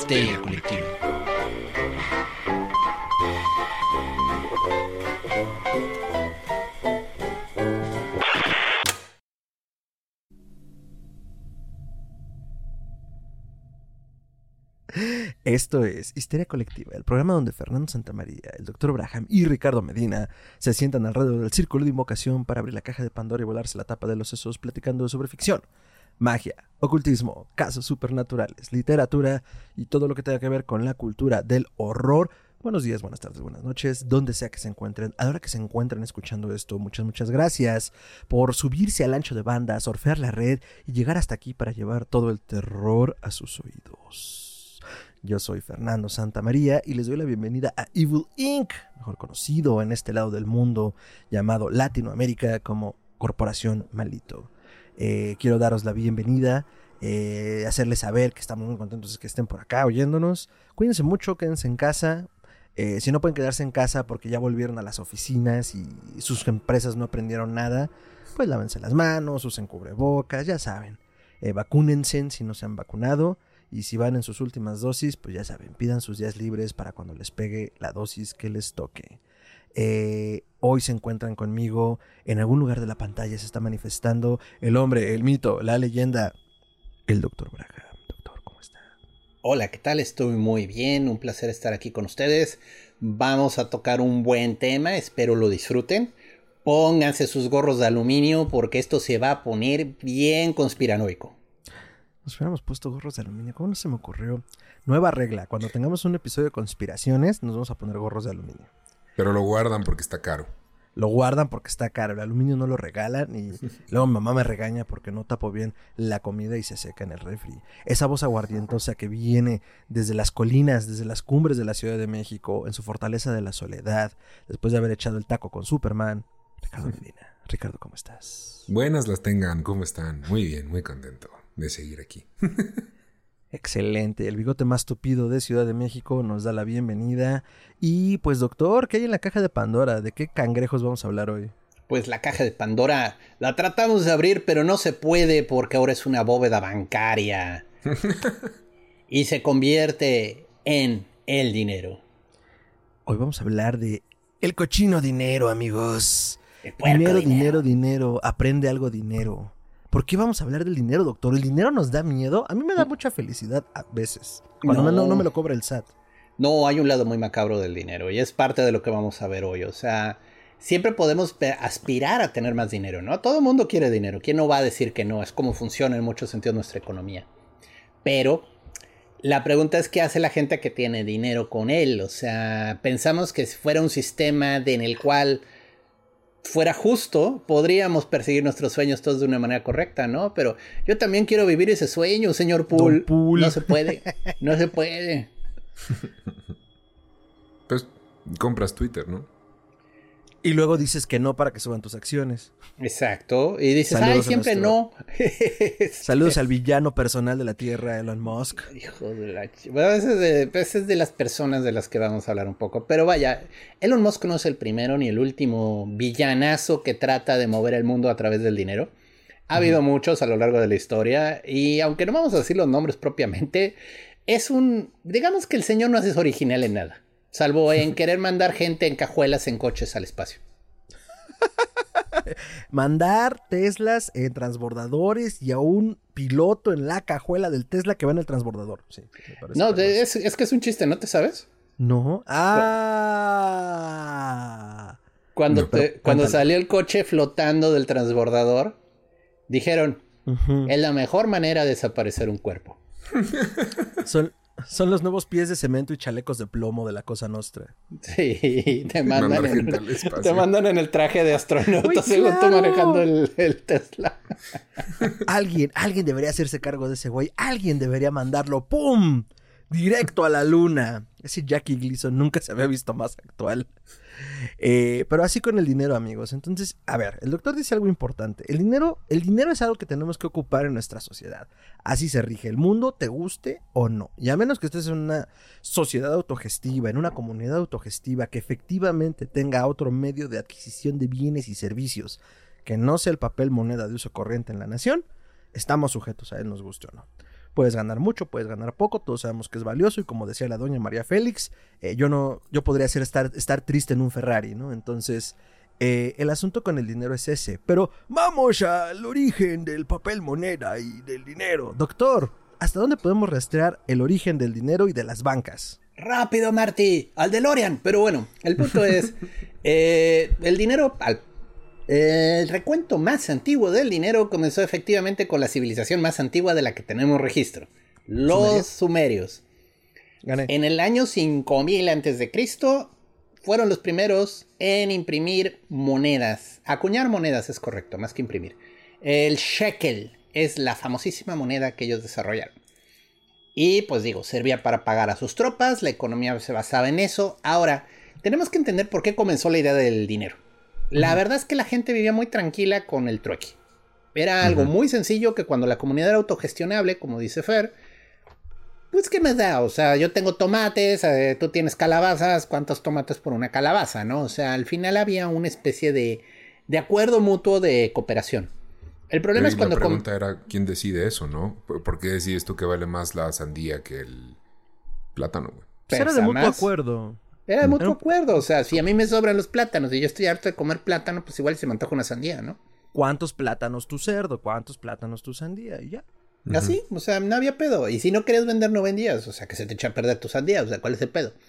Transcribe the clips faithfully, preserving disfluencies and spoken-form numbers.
Histeria Colectiva. Esto es Histeria Colectiva, el programa donde Fernando Santamaría, el doctor Braham y Ricardo Medina se sientan alrededor del círculo de invocación para abrir la caja de Pandora y volarse la tapa de los sesos platicando sobre ficción, magia, ocultismo, casos supernaturales, literatura y todo lo que tenga que ver con la cultura del horror. Buenos días, buenas tardes, buenas noches, donde sea que se encuentren. A la hora que se encuentren escuchando esto, muchas, muchas gracias por subirse al ancho de banda, surfear la red y llegar hasta aquí para llevar todo el terror a sus oídos. Yo soy Fernando Santamaría y les doy la bienvenida a Evil incorporated, mejor conocido en este lado del mundo llamado Latinoamérica como Corporación Maldito. Eh, quiero daros la bienvenida, eh, hacerles saber que estamos muy contentos de que estén por acá oyéndonos. Cuídense mucho, quédense en casa. Eh, si no pueden quedarse en casa porque ya volvieron a las oficinas y sus empresas no aprendieron nada, pues lávense las manos, usen cubrebocas, ya saben. Eh, vacúnense si no se han vacunado. Y si van en sus últimas dosis, pues ya saben, pidan sus días libres para cuando les pegue la dosis que les toque. Eh, hoy se encuentran conmigo, en algún lugar de la pantalla se está manifestando el hombre, el mito, la leyenda, el doctor Braham. Doctor, ¿cómo está? Hola, ¿qué tal? Estoy muy bien, un placer estar aquí con ustedes. Vamos a tocar un buen tema, espero lo disfruten. Pónganse sus gorros de aluminio porque esto se va a poner bien conspiranoico. Nos hubiéramos puesto gorros de aluminio. ¿Cómo no se me ocurrió? Nueva regla. Cuando tengamos un episodio de conspiraciones, nos vamos a poner gorros de aluminio. Pero lo guardan porque está caro. Lo guardan porque está caro. El aluminio no lo regalan y luego mi mamá me regaña porque no tapo bien la comida y se seca en el refri. Esa voz aguardientosa que viene desde las colinas, desde las cumbres de la Ciudad de México, en su fortaleza de la soledad, después de haber echado el taco con Superman. Ricardo Medina. Ricardo, ¿cómo estás? Buenas las tengan. ¿Cómo están? Muy bien, muy contento de seguir aquí. Excelente. El bigote más tupido de Ciudad de México nos da la bienvenida. Y pues, doctor, ¿qué hay en la caja de Pandora? ¿De qué cangrejos vamos a hablar hoy? Pues la caja de Pandora la tratamos de abrir, pero no se puede porque ahora es una bóveda bancaria. Y se convierte en el dinero. Hoy vamos a hablar de el cochino dinero, amigos. El puerco dinero, dinero, dinero, dinero. Aprende algo, dinero. ¿Por qué vamos a hablar del dinero, doctor? ¿El dinero nos da miedo? A mí me da mucha felicidad a veces. Cuando no. no, no me lo cobra el S A T. No, hay un lado muy macabro del dinero y es parte de lo que vamos a ver hoy. O sea, siempre podemos aspirar a tener más dinero, ¿no? Todo el mundo quiere dinero. ¿Quién no va a decir que no? Es como funciona en muchos sentidos nuestra economía. Pero la pregunta es, ¿qué hace la gente que tiene dinero con él? O sea, pensamos que si fuera un sistema de, en el cual fuera justo, podríamos perseguir nuestros sueños todos de una manera correcta, ¿no? Pero yo también quiero vivir ese sueño, señor Poole. Poole. No se puede, no se puede. Pues compras Twitter, ¿no? Y luego dices que no para que suban tus acciones. Exacto. Y dices, Saludos ay, siempre nuestro... no. Saludos al villano personal de la Tierra, Elon Musk. Hijo de la ch... Bueno, ese es, de, ese es de las personas de las que vamos a hablar un poco. Pero vaya, Elon Musk no es el primero ni el último villanazo que trata de mover el mundo a través del dinero. Ha uh-huh. habido muchos a lo largo de la historia. Y aunque no vamos a decir los nombres propiamente, es un... Digamos que el señor no es original en nada. Salvo en querer mandar gente en cajuelas en coches al espacio. Mandar Teslas en transbordadores y a un piloto en la cajuela del Tesla que va en el transbordador. Sí, no, de, es, es que es un chiste, ¿no te sabes? No. Ah. Cuando, no, te, cuando salió el coche flotando del transbordador, dijeron, uh-huh. es la mejor manera de desaparecer un cuerpo. Son... Son los nuevos pies de cemento y chalecos de plomo de la Cosa Nostra. Sí, te mandan, en, te mandan en el traje de astronauta según claro. tú manejando el, el Tesla. Alguien, alguien debería hacerse cargo de ese güey. Alguien debería mandarlo, ¡pum!, directo a la luna. Ese Jackie Gleason nunca se había visto más actual. Eh, pero así con el dinero, amigos. Entonces, a ver, el doctor dice algo importante. El dinero, el dinero es algo que tenemos que ocupar en nuestra sociedad. Así se rige el mundo, te guste o no. Y a menos que estés en una sociedad autogestiva, en una comunidad autogestiva que efectivamente tenga otro medio de adquisición de bienes y servicios que no sea el papel moneda de uso corriente en la nación, estamos sujetos a él, nos guste o no. Puedes ganar mucho, puedes ganar poco, todos sabemos que es valioso y como decía la doña María Félix, eh, yo no, yo podría ser estar, estar triste en un Ferrari, ¿no? Entonces, eh, el asunto con el dinero es ese. Pero vamos al origen del papel moneda y del dinero. Doctor, ¿hasta dónde podemos rastrear el origen del dinero y de las bancas? Rápido, Marty, al DeLorean. Pero bueno, el punto es, eh, el dinero, al, eh, el recuento más antiguo del dinero comenzó efectivamente con la civilización más antigua de la que tenemos registro, los sumerios. Gané. En el año cinco mil antes de Cristo fueron los primeros en imprimir monedas. Acuñar monedas es correcto, más que imprimir. El shekel es la famosísima moneda que ellos desarrollaron. Y pues digo, servía para pagar a sus tropas, la economía se basaba en eso. Ahora, tenemos que entender por qué comenzó la idea del dinero. La uh-huh. verdad es que la gente vivía muy tranquila con el trueque. Era algo uh-huh. muy sencillo que cuando la comunidad era autogestionable, como dice Fer, pues ¿qué me da? O sea, yo tengo tomates, eh, tú tienes calabazas, ¿cuántos tomates por una calabaza, no? O sea, al final había una especie de, de acuerdo mutuo de cooperación. El problema Pero es cuando... La pregunta com- era quién decide eso, ¿no? ¿Por qué decides tú que vale más la sandía que el plátano, güey? Pues era de mutuo más. acuerdo. Era de mutuo era... acuerdo. O sea, si a mí me sobran los plátanos y yo estoy harto de comer plátano, pues igual se me antoja una sandía, ¿no? ¿Cuántos plátanos tu cerdo? ¿Cuántos plátanos tu sandía? Y ya. Uh-huh. Así, o sea, no había pedo. Y si no querías vender, no vendías. O sea, que se te echa a perder tu sandía. O sea, ¿cuál es el pedo?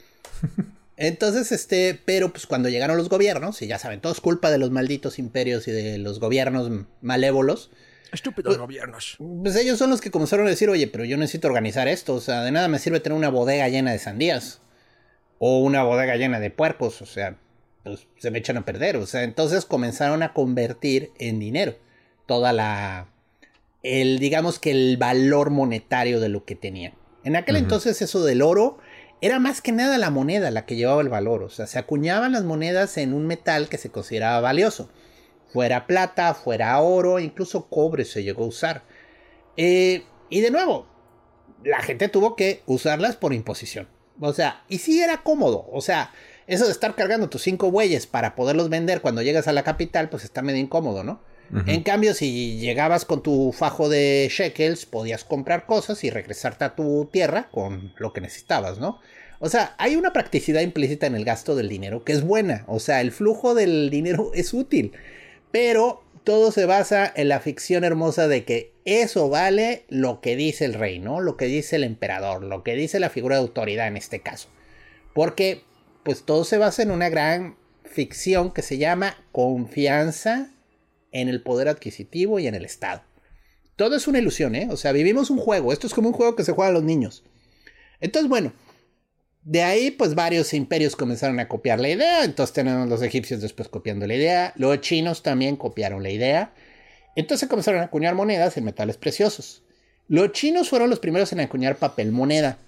Entonces, este, pero pues cuando llegaron los gobiernos, y ya saben, todo es culpa de los malditos imperios y de los gobiernos malévolos. Estúpidos pues, gobiernos. Pues ellos son los que comenzaron a decir, oye, pero yo necesito organizar esto, o sea, de nada me sirve tener una bodega llena de sandías. O una bodega llena de puercos, o sea, pues se me echan a perder. O sea, entonces comenzaron a convertir en dinero toda la, el, digamos que el valor monetario de lo que tenían. En aquel uh-huh. entonces eso del oro... Era más que nada la moneda la que llevaba el valor. O sea, se acuñaban las monedas en un metal que se consideraba valioso. Fuera plata, fuera oro, incluso cobre se llegó a usar. Eh, y de nuevo, la gente tuvo que usarlas por imposición. O sea, y sí era cómodo. O sea, eso de estar cargando tus cinco bueyes para poderlos vender cuando llegas a la capital, pues está medio incómodo, ¿no? Uh-huh. En cambio, si llegabas con tu fajo de shekels, podías comprar cosas y regresarte a tu tierra con lo que necesitabas, ¿no? O sea, hay una practicidad implícita en el gasto del dinero que es buena. O sea, el flujo del dinero es útil. Pero todo se basa en la ficción hermosa de que eso vale lo que dice el rey, ¿no? Lo que dice el emperador, lo que dice la figura de autoridad en este caso. Porque, pues, todo se basa en una gran ficción que se llama confianza en el poder adquisitivo y en el Estado. Todo es una ilusión, ¿eh? O sea, vivimos un juego. Esto es como un juego que se juega a los niños. Entonces, bueno, de ahí, pues, varios imperios comenzaron a copiar la idea. Entonces tenemos los egipcios después copiando la idea. Los chinos también copiaron la idea. Entonces comenzaron a acuñar monedas en metales preciosos. Los chinos fueron los primeros en acuñar papel moneda.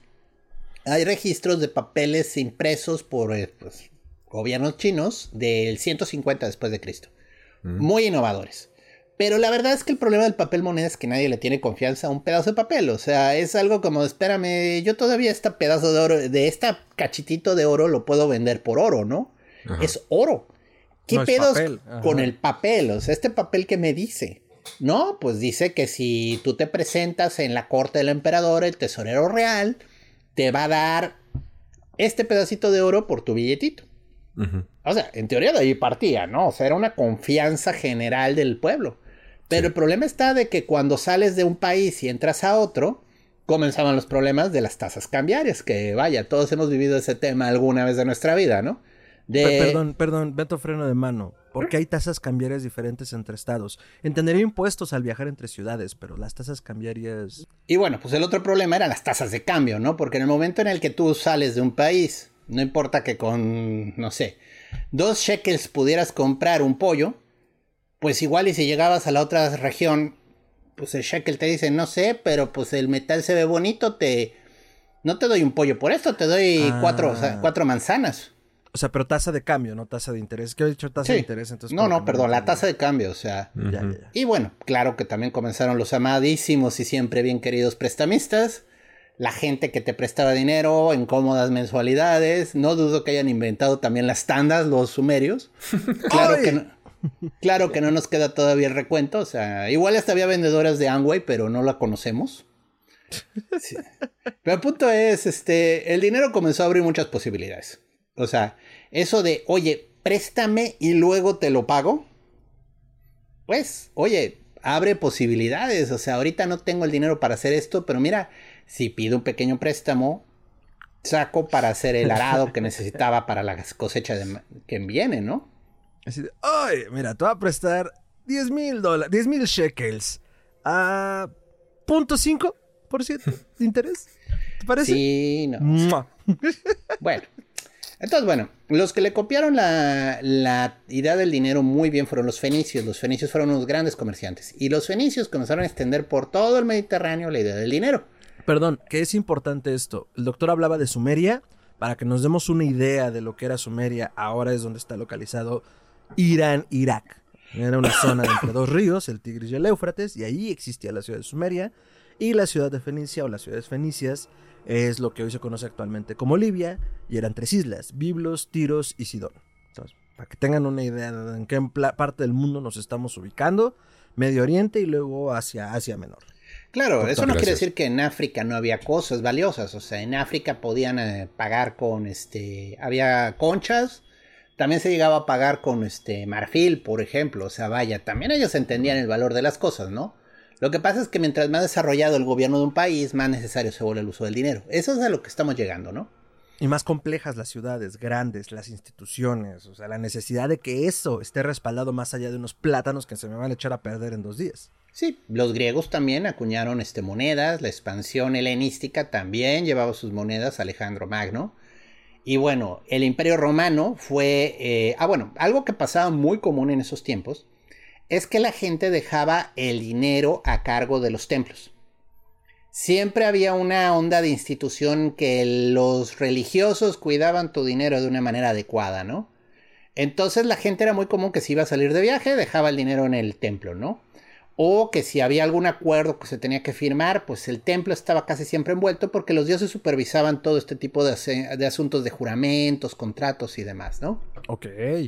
Hay registros de papeles impresos por pues, gobiernos chinos del ciento cincuenta después de Cristo. Muy innovadores. Pero la verdad es que el problema del papel moneda es que nadie le tiene confianza a un pedazo de papel. O sea, es algo como, espérame, yo todavía este pedazo de oro, de este cachitito de oro lo puedo vender por oro, ¿no? Ajá. Es oro. ¿Qué no pedos con el papel? O sea, este papel que me dice, ¿no? Pues dice que si tú te presentas en la corte del emperador, el tesorero real te va a dar este pedacito de oro por tu billetito. Uh-huh. O sea, en teoría de ahí partía, ¿no? O sea, era una confianza general del pueblo. Pero sí. El problema está de que cuando sales de un país y entras a otro, comenzaban los problemas de las tasas cambiarias. Que vaya, todos hemos vivido ese tema alguna vez de nuestra vida, ¿no? De... P- perdón, perdón, Beto freno de mano. ¿Por qué hay tasas cambiarias diferentes entre estados? Entendería impuestos al viajar entre ciudades, pero las tasas cambiarias... Y bueno, pues el otro problema eran las tasas de cambio, ¿no? Porque en el momento en el que tú sales de un país... No importa que con, no sé, dos shekels pudieras comprar un pollo, pues igual y si llegabas a la otra región, pues el shekel te dice, no sé, pero pues el metal se ve bonito, te no te doy un pollo por esto, te doy ah. cuatro, o sea, cuatro manzanas. O sea, pero tasa de cambio, no tasa de interés. ¿Qué he dicho tasa sí. de interés? Entonces, no, no, perdón, la tasa de cambio, o sea. Uh-huh. ya, ya, ya. Y bueno, claro que también comenzaron los amadísimos y siempre bien queridos prestamistas. La gente que te prestaba dinero en cómodas mensualidades. No dudo que hayan inventado también las tandas, los sumerios. Claro que no, claro que no nos queda todavía el recuento. O sea, igual hasta había vendedoras de Amway, pero no la conocemos. Sí. Pero el punto es, este, el dinero comenzó a abrir muchas posibilidades. O sea, eso de, oye, préstame y luego te lo pago. Pues, oye, abre posibilidades. O sea, ahorita no tengo el dinero para hacer esto, pero mira, si pido un pequeño préstamo, saco para hacer el arado que necesitaba para la cosecha de, que viene, ¿no? Así de, oye, mira, te voy a prestar diez mil dólares, diez mil shekels a punto cinco por ciento de interés. ¿Te parece? Sí, no. Bueno, entonces, bueno, los que le copiaron la, la idea del dinero muy bien fueron los fenicios. Los fenicios fueron unos grandes comerciantes. Y los fenicios comenzaron a extender por todo el Mediterráneo la idea del dinero. Perdón, que es importante esto. El doctor hablaba de Sumeria. Para que nos demos una idea de lo que era Sumeria, ahora es donde está localizado Irán, Irak. Era una zona entre dos ríos, el Tigris y el Éufrates, y ahí existía la ciudad de Sumeria. Y la ciudad de Fenicia, o las ciudades fenicias, es lo que hoy se conoce actualmente como Libia, y eran tres islas, Biblos, Tiros y Sidón. Entonces, para que tengan una idea de en qué parte del mundo nos estamos ubicando, Medio Oriente y luego hacia Asia Menor. Claro, Doctor, eso no gracias. quiere decir que en África no había cosas valiosas. O sea, en África podían eh, pagar con, este, había conchas. También se llegaba a pagar con, este, marfil, por ejemplo. O sea, vaya, también ellos entendían el valor de las cosas, ¿no? Lo que pasa es que mientras más desarrollado el gobierno de un país, más necesario se vuelve el uso del dinero. Eso es a lo que estamos llegando, ¿no? Y más complejas las ciudades, grandes, las instituciones. O sea, la necesidad de que eso esté respaldado más allá de unos plátanos que se me van a echar a perder en dos días. Sí, los griegos también acuñaron este, monedas, la expansión helenística también llevaba sus monedas, Alejandro Magno. Y bueno, el Imperio Romano fue... Eh, ah, bueno, algo que pasaba muy común en esos tiempos es que la gente dejaba el dinero a cargo de los templos. Siempre había una onda de institución que los religiosos cuidaban tu dinero de una manera adecuada, ¿no? Entonces la gente era muy común que si iba a salir de viaje dejaba el dinero en el templo, ¿no? O que si había algún acuerdo que se tenía que firmar, pues el templo estaba casi siempre envuelto porque los dioses supervisaban todo este tipo de, as- de asuntos de juramentos, contratos y demás, ¿no? Ok.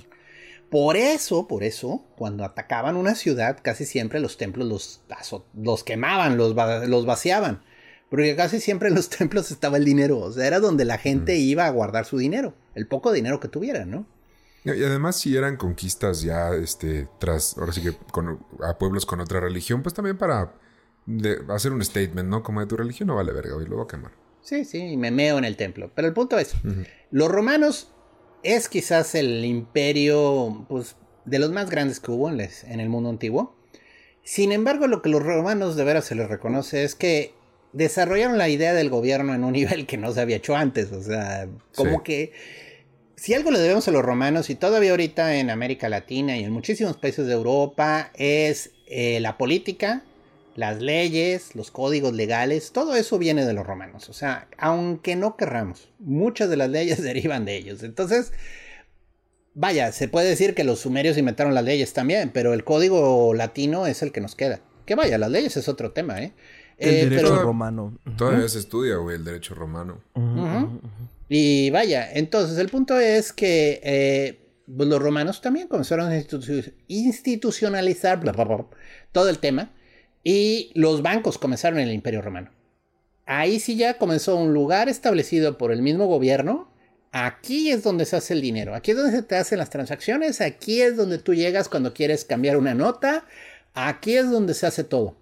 Por eso, por eso, cuando atacaban una ciudad, casi siempre los templos los, azo- los quemaban, los, va- los vaciaban. Porque casi siempre en los templos estaba el dinero. O sea, era donde la gente iba a guardar su dinero. El poco dinero que tuvieran, ¿no? Y además, si eran conquistas ya, este, tras, ahora sí que con, a pueblos con otra religión, pues también para de, hacer un statement, ¿no? Como de tu religión no vale verga, hoy lo voy a quemar. Sí, sí, me meo en el templo. Pero el punto es, Ujú. los romanos es quizás el imperio, pues, de los más grandes que hubo en, les- en el mundo antiguo. Sin embargo, lo que los romanos de veras se les reconoce es que desarrollaron la idea del gobierno en un nivel que no se había hecho antes. O sea, como Sí. que si algo le debemos a los romanos, y todavía ahorita en América Latina y en muchísimos países de Europa, es eh, la política, las leyes, los códigos legales, todo eso viene de los romanos. O sea, aunque no querramos, muchas de las leyes derivan de ellos. Entonces, vaya, se puede decir que los sumerios inventaron las leyes también, pero el código latino es el que nos queda. Que vaya, las leyes es otro tema, ¿eh? El Eh, derecho pero- romano. Todavía se estudia, güey, el derecho romano. Ujú, Ujú. ujú, ujú. Y vaya, entonces el punto es que eh, pues los romanos también comenzaron a institu- institucionalizar bla, bla, bla, todo el tema, y los bancos comenzaron en el Imperio Romano. Ahí sí ya comenzó un lugar establecido por el mismo gobierno. Aquí es donde se hace el dinero, aquí es donde se te hacen las transacciones, aquí es donde tú llegas cuando quieres cambiar una nota, aquí es donde se hace todo.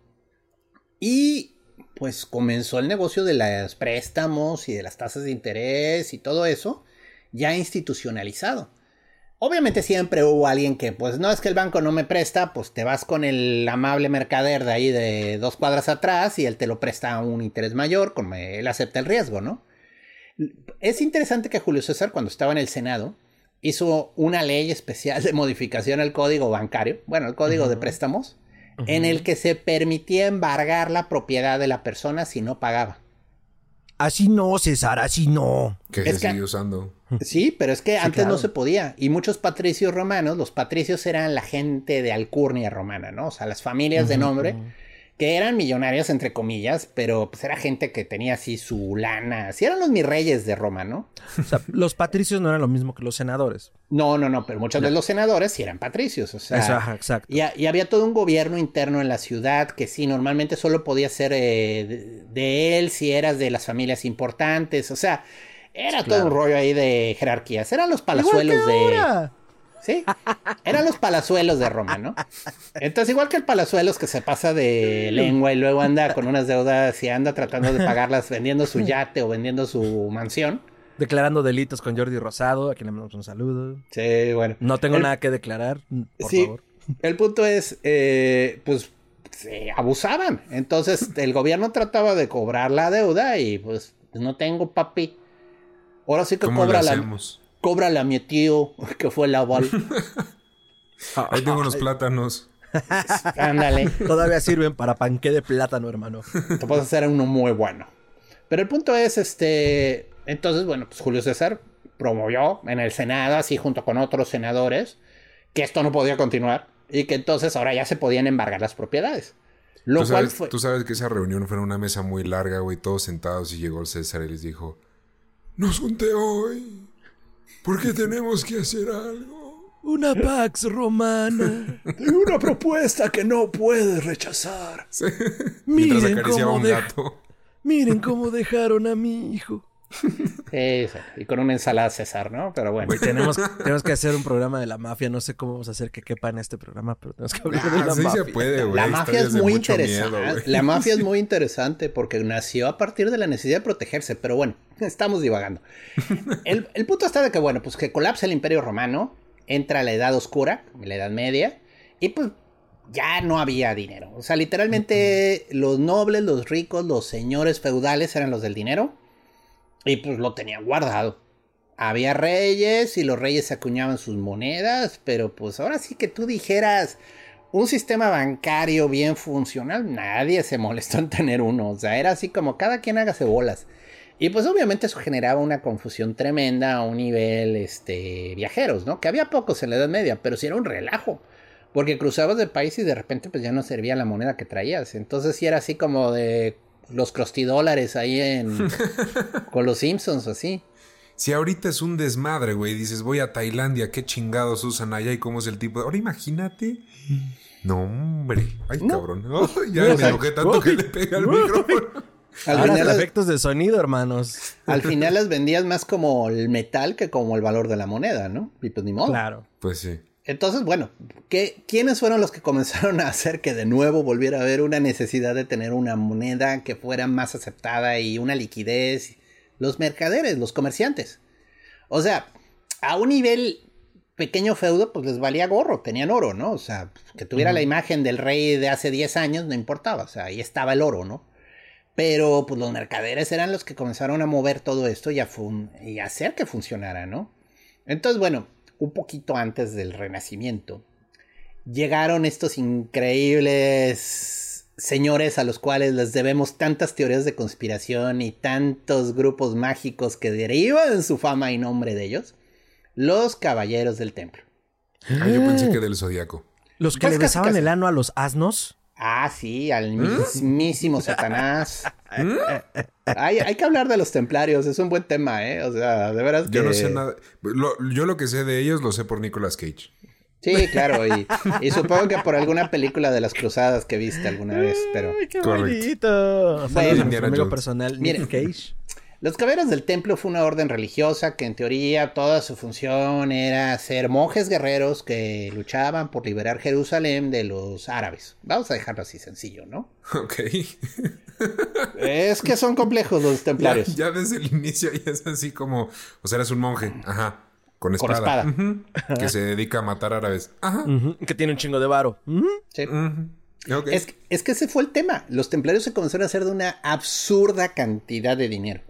Y pues comenzó el negocio de los préstamos y de las tasas de interés y todo eso ya institucionalizado. Obviamente siempre hubo alguien que, pues no es que el banco no me presta, pues te vas con el amable mercader de ahí de dos cuadras atrás y él te lo presta a un interés mayor, como él acepta el riesgo, ¿no? Es interesante que Julio César, cuando estaba en el Senado, hizo una ley especial de modificación al código bancario, bueno, el código de préstamos, en el que se permitía embargar la propiedad de la persona si no pagaba. Así no, César, así no. Que Es se que- sigue usando. Sí, pero es que Sí, antes claro. no se podía. Y muchos patricios romanos, los patricios eran la gente de alcurnia romana, ¿no? O sea, las familias de nombre que eran millonarios, entre comillas, pero pues era gente que tenía así su lana. Así eran los mis reyes de Roma, ¿no? O sea, los patricios no eran lo mismo que los senadores. No, no, no, pero muchos no. de los senadores sí eran patricios, o sea... Eso, ajá, exacto. Y, y había todo un gobierno interno en la ciudad que sí, normalmente solo podía ser eh, de, de él si eras de las familias importantes, o sea, era sí, todo claro. un rollo ahí de jerarquías. Eran los palazuelos de... Sí, eran los palazuelos de Roma, ¿no? Entonces, igual que el palazuelos que se pasa de lengua y luego anda con unas deudas y anda tratando de pagarlas vendiendo su yate o vendiendo su mansión. Declarando delitos con Jordi Rosado, a quien le mandamos un saludo. Sí, bueno. No tengo el, nada que declarar, por sí, favor. El punto es, eh, pues, se abusaban. Entonces, el gobierno trataba de cobrar la deuda y, pues, no tengo papi. Ahora sí que cobra la... Cóbrale a mi tío, que fue el aval. Ahí tengo unos plátanos. Ándale. Todavía sirven para panqué de plátano, hermano. Te puedes hacer uno muy bueno. Pero el punto es, este... Entonces, bueno, pues Julio César promovió en el Senado, así junto con otros senadores, que esto no podía continuar y que entonces ahora ya se podían embargar las propiedades. Lo ¿Tú, cual sabes, fue... tú sabes que esa reunión fue en una mesa muy larga, güey, todos sentados y llegó el César y les dijo... Nos junté hoy... porque tenemos que hacer algo. Una pax romana. Tengo una propuesta que no puedes rechazar. Sí. Miren acariciaba cómo un de... gato. Miren cómo dejaron a mi hijo. Sí, sí, y con una ensalada César, ¿no? Pero bueno. Wey, tenemos, tenemos que hacer un programa de la mafia. No sé cómo vamos a hacer que quepa en este programa, pero tenemos que hablar ah, de la sí mafia. Se puede, güey. La mafia es muy interesante. Miedo, la mafia es muy interesante porque nació a partir de la necesidad de protegerse. Pero bueno, estamos divagando. El, el punto está de que, bueno, pues que colapsa el Imperio Romano, entra la Edad Oscura, la Edad Media, y pues ya no había dinero. O sea, literalmente uh-huh. los nobles, los ricos, los señores feudales eran los del dinero. Y pues lo tenían guardado. Había reyes y los reyes se acuñaban sus monedas, pero pues ahora sí que tú dijeras un sistema bancario bien funcional, nadie se molestó en tener uno. O sea, era así como cada quien hágase bolas. Y pues obviamente eso generaba una confusión tremenda a un nivel este, viajeros, ¿no? Que había pocos en la Edad Media, pero sí era un relajo. Porque cruzabas de país y de repente pues ya no servía la moneda que traías. Entonces sí era así como de... los crostidólares ahí en... con los Simpsons, así. Si ahorita es un desmadre, güey. Dices, voy a Tailandia, qué chingados usan allá y cómo es el tipo de... Ahora imagínate. No, hombre. Ay, no. Cabrón. Oh, ya no, me enojé tanto que le pega al micrófono. Al Ahora final efectos de sonido, hermanos. Al final las vendías más como el metal que como el valor de la moneda, ¿no? Y pues ni modo. Claro. Pues sí. Entonces, bueno, ¿qué, ¿quiénes fueron los que comenzaron a hacer que de nuevo volviera a haber una necesidad de tener una moneda que fuera más aceptada y una liquidez? Los mercaderes, los comerciantes. O sea, a un nivel pequeño feudo, pues les valía gorro, tenían oro, ¿no? O sea, que tuviera uh-huh. la imagen del rey de hace diez años, no importaba, o sea, ahí estaba el oro, ¿no? Pero pues los mercaderes eran los que comenzaron a mover todo esto y a, fun- y a hacer que funcionara, ¿no? Entonces, bueno... un poquito antes del Renacimiento, llegaron estos increíbles señores a los cuales les debemos tantas teorías de conspiración y tantos grupos mágicos que derivan su fama y nombre de ellos, los Caballeros del Templo. Ah, yo pensé que del Zodíaco. ¿Los que pues le besaban casi, casi. el ano a los asnos? Ah, sí, al mismísimo ¿Mm? Satanás. ¿Mm? hay, hay que hablar de los templarios, es un buen tema, ¿eh? O sea, de veras que... Yo no sé nada. Lo, yo lo que sé de ellos lo sé por Nicolas Cage. Sí, claro, y, y supongo que por alguna película de las cruzadas que viste alguna vez, pero... ¡Ay, qué bonito! Bueno, mi amigo personal, Nick Cage. Los Caballeros del Templo fue una orden religiosa que en teoría toda su función era ser monjes guerreros que luchaban por liberar Jerusalén de los árabes. Vamos a dejarlo así sencillo, ¿no? Ok. Es que son complejos los templarios. Ya, ya desde el inicio ya es así como... O sea, eres un monje. Ajá. Con espada. Con espada. Uh-huh. Que se dedica a matar árabes. Ajá. Uh-huh. Que tiene un chingo de varo. Uh-huh. Sí. Uh-huh. Okay. Es, es que ese fue el tema. Los templarios se comenzaron a hacer de una absurda cantidad de dinero.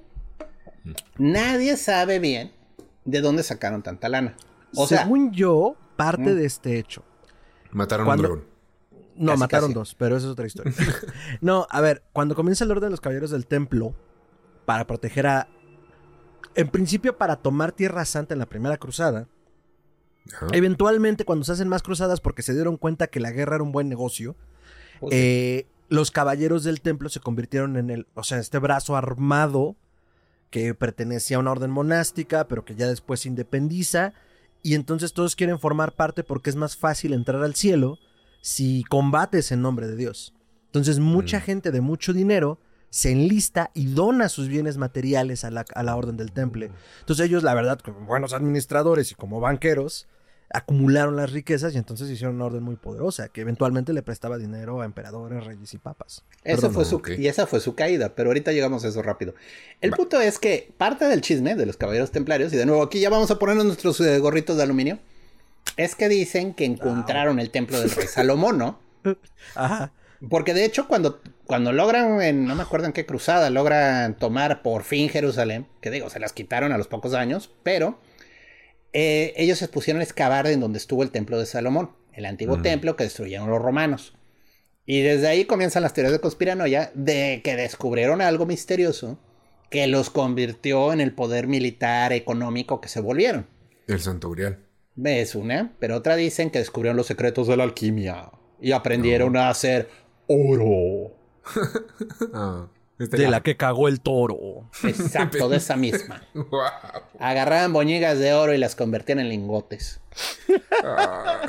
Nadie sabe bien de dónde sacaron tanta lana. O Según sea, yo, parte ¿Mm? de este hecho. Mataron cuando... un dragón. No, casi, mataron casi. dos, pero eso es otra historia. No, a ver, cuando comienza el orden de los Caballeros del Templo, para proteger a... En principio, para tomar Tierra Santa en la primera cruzada. Ajá. Eventualmente, cuando se hacen más cruzadas porque se dieron cuenta que la guerra era un buen negocio, okay. eh, los caballeros del templo se convirtieron en el, o sea, este brazo armado que pertenecía a una orden monástica, pero que ya después se independiza, y entonces todos quieren formar parte porque es más fácil entrar al cielo si combates en nombre de Dios. Entonces mucha mm. gente de mucho dinero se enlista y dona sus bienes materiales a la, a la orden del temple. Entonces ellos, la verdad, como buenos administradores y como banqueros, acumularon las riquezas y entonces hicieron una orden muy poderosa que eventualmente le prestaba dinero a emperadores, reyes y papas. Eso Perdón, fue su, okay. Y esa fue su caída, pero ahorita llegamos a eso rápido. El Va. punto es que parte del chisme de los caballeros templarios, y de nuevo aquí ya vamos a ponernos nuestros eh, gorritos de aluminio, es que dicen que encontraron wow. el templo del rey Salomón, ¿no? Ajá. Porque de hecho cuando, cuando logran, en, no me acuerdo en qué cruzada, logran tomar por fin Jerusalén, que digo, se las quitaron a los pocos años, pero... Eh, ellos se pusieron a excavar en donde estuvo el templo de Salomón, el antiguo mm. templo que destruyeron los romanos. Y desde ahí comienzan las teorías de conspiranoia de que descubrieron algo misterioso que los convirtió en el poder militar económico que se volvieron. El Santo Grial. Es una, pero otra dicen que descubrieron los secretos de la alquimia y aprendieron no. a hacer oro. ah. Este de la... la que cagó el toro. Exacto, de esa misma. Wow. Agarraban boñigas de oro y las convertían en lingotes. Ah.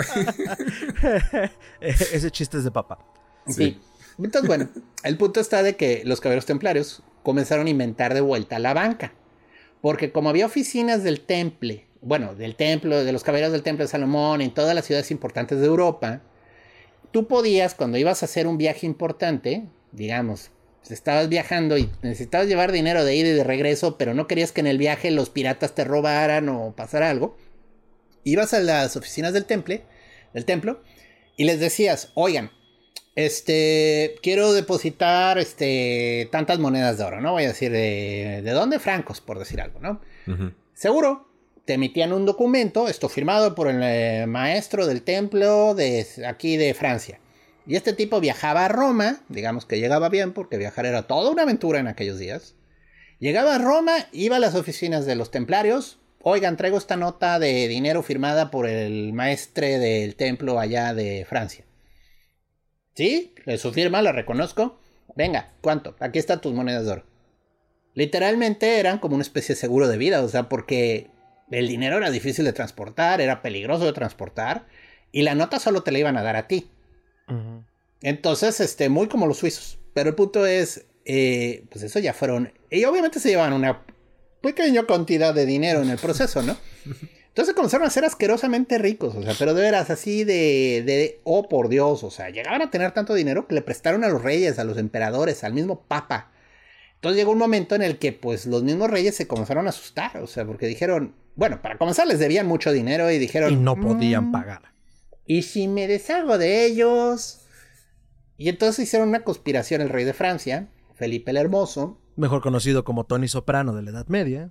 Ese chiste es de papa. Sí. sí. Entonces, bueno, el punto está de que los caballeros templarios comenzaron a inventar de vuelta la banca. Porque como había oficinas del temple, bueno, del templo, de los caballeros del templo de Salomón, en todas las ciudades importantes de Europa, tú podías, cuando ibas a hacer un viaje importante, digamos... estabas viajando y necesitabas llevar dinero de ida y de regreso, pero no querías que en el viaje los piratas te robaran o pasara algo. Ibas a las oficinas del temple, del templo y les decías, oigan, este, quiero depositar este, tantas monedas de oro, ¿no? Voy a decir, ¿de, de dónde? Francos, por decir algo, ¿no? Uh-huh. Seguro, te emitían un documento, esto firmado por el eh, maestro del templo de aquí de Francia. Y este tipo viajaba a Roma, digamos que llegaba bien porque viajar era toda una aventura en aquellos días. Llegaba a Roma, iba a las oficinas de los templarios. Oigan, traigo esta nota de dinero firmada por el maestre del templo allá de Francia. ¿Sí? Su firma, la reconozco. Venga, ¿cuánto? Aquí están tus monedas de oro. Literalmente eran como una especie de seguro de vida, o sea, porque el dinero era difícil de transportar, era peligroso de transportar, y la nota solo te la iban a dar a ti. Uh-huh. Entonces, este, muy como los suizos. Pero el punto es, eh, pues eso ya fueron... Y obviamente se llevaban una pequeña cantidad de dinero en el proceso, ¿no? Entonces comenzaron a ser asquerosamente ricos, o sea, pero de veras, así de, de... Oh, por Dios, o sea, llegaban a tener tanto dinero que le prestaron a los reyes, a los emperadores, al mismo papa. Entonces llegó un momento en el que, pues, los mismos reyes se comenzaron a asustar, o sea, porque dijeron... Bueno, para comenzar les debían mucho dinero y dijeron... Y no podían mmm, pagar. ¿Y si me deshago de ellos? Y entonces hicieron una conspiración el rey de Francia, Felipe el Hermoso. Mejor conocido como Tony Soprano de la Edad Media.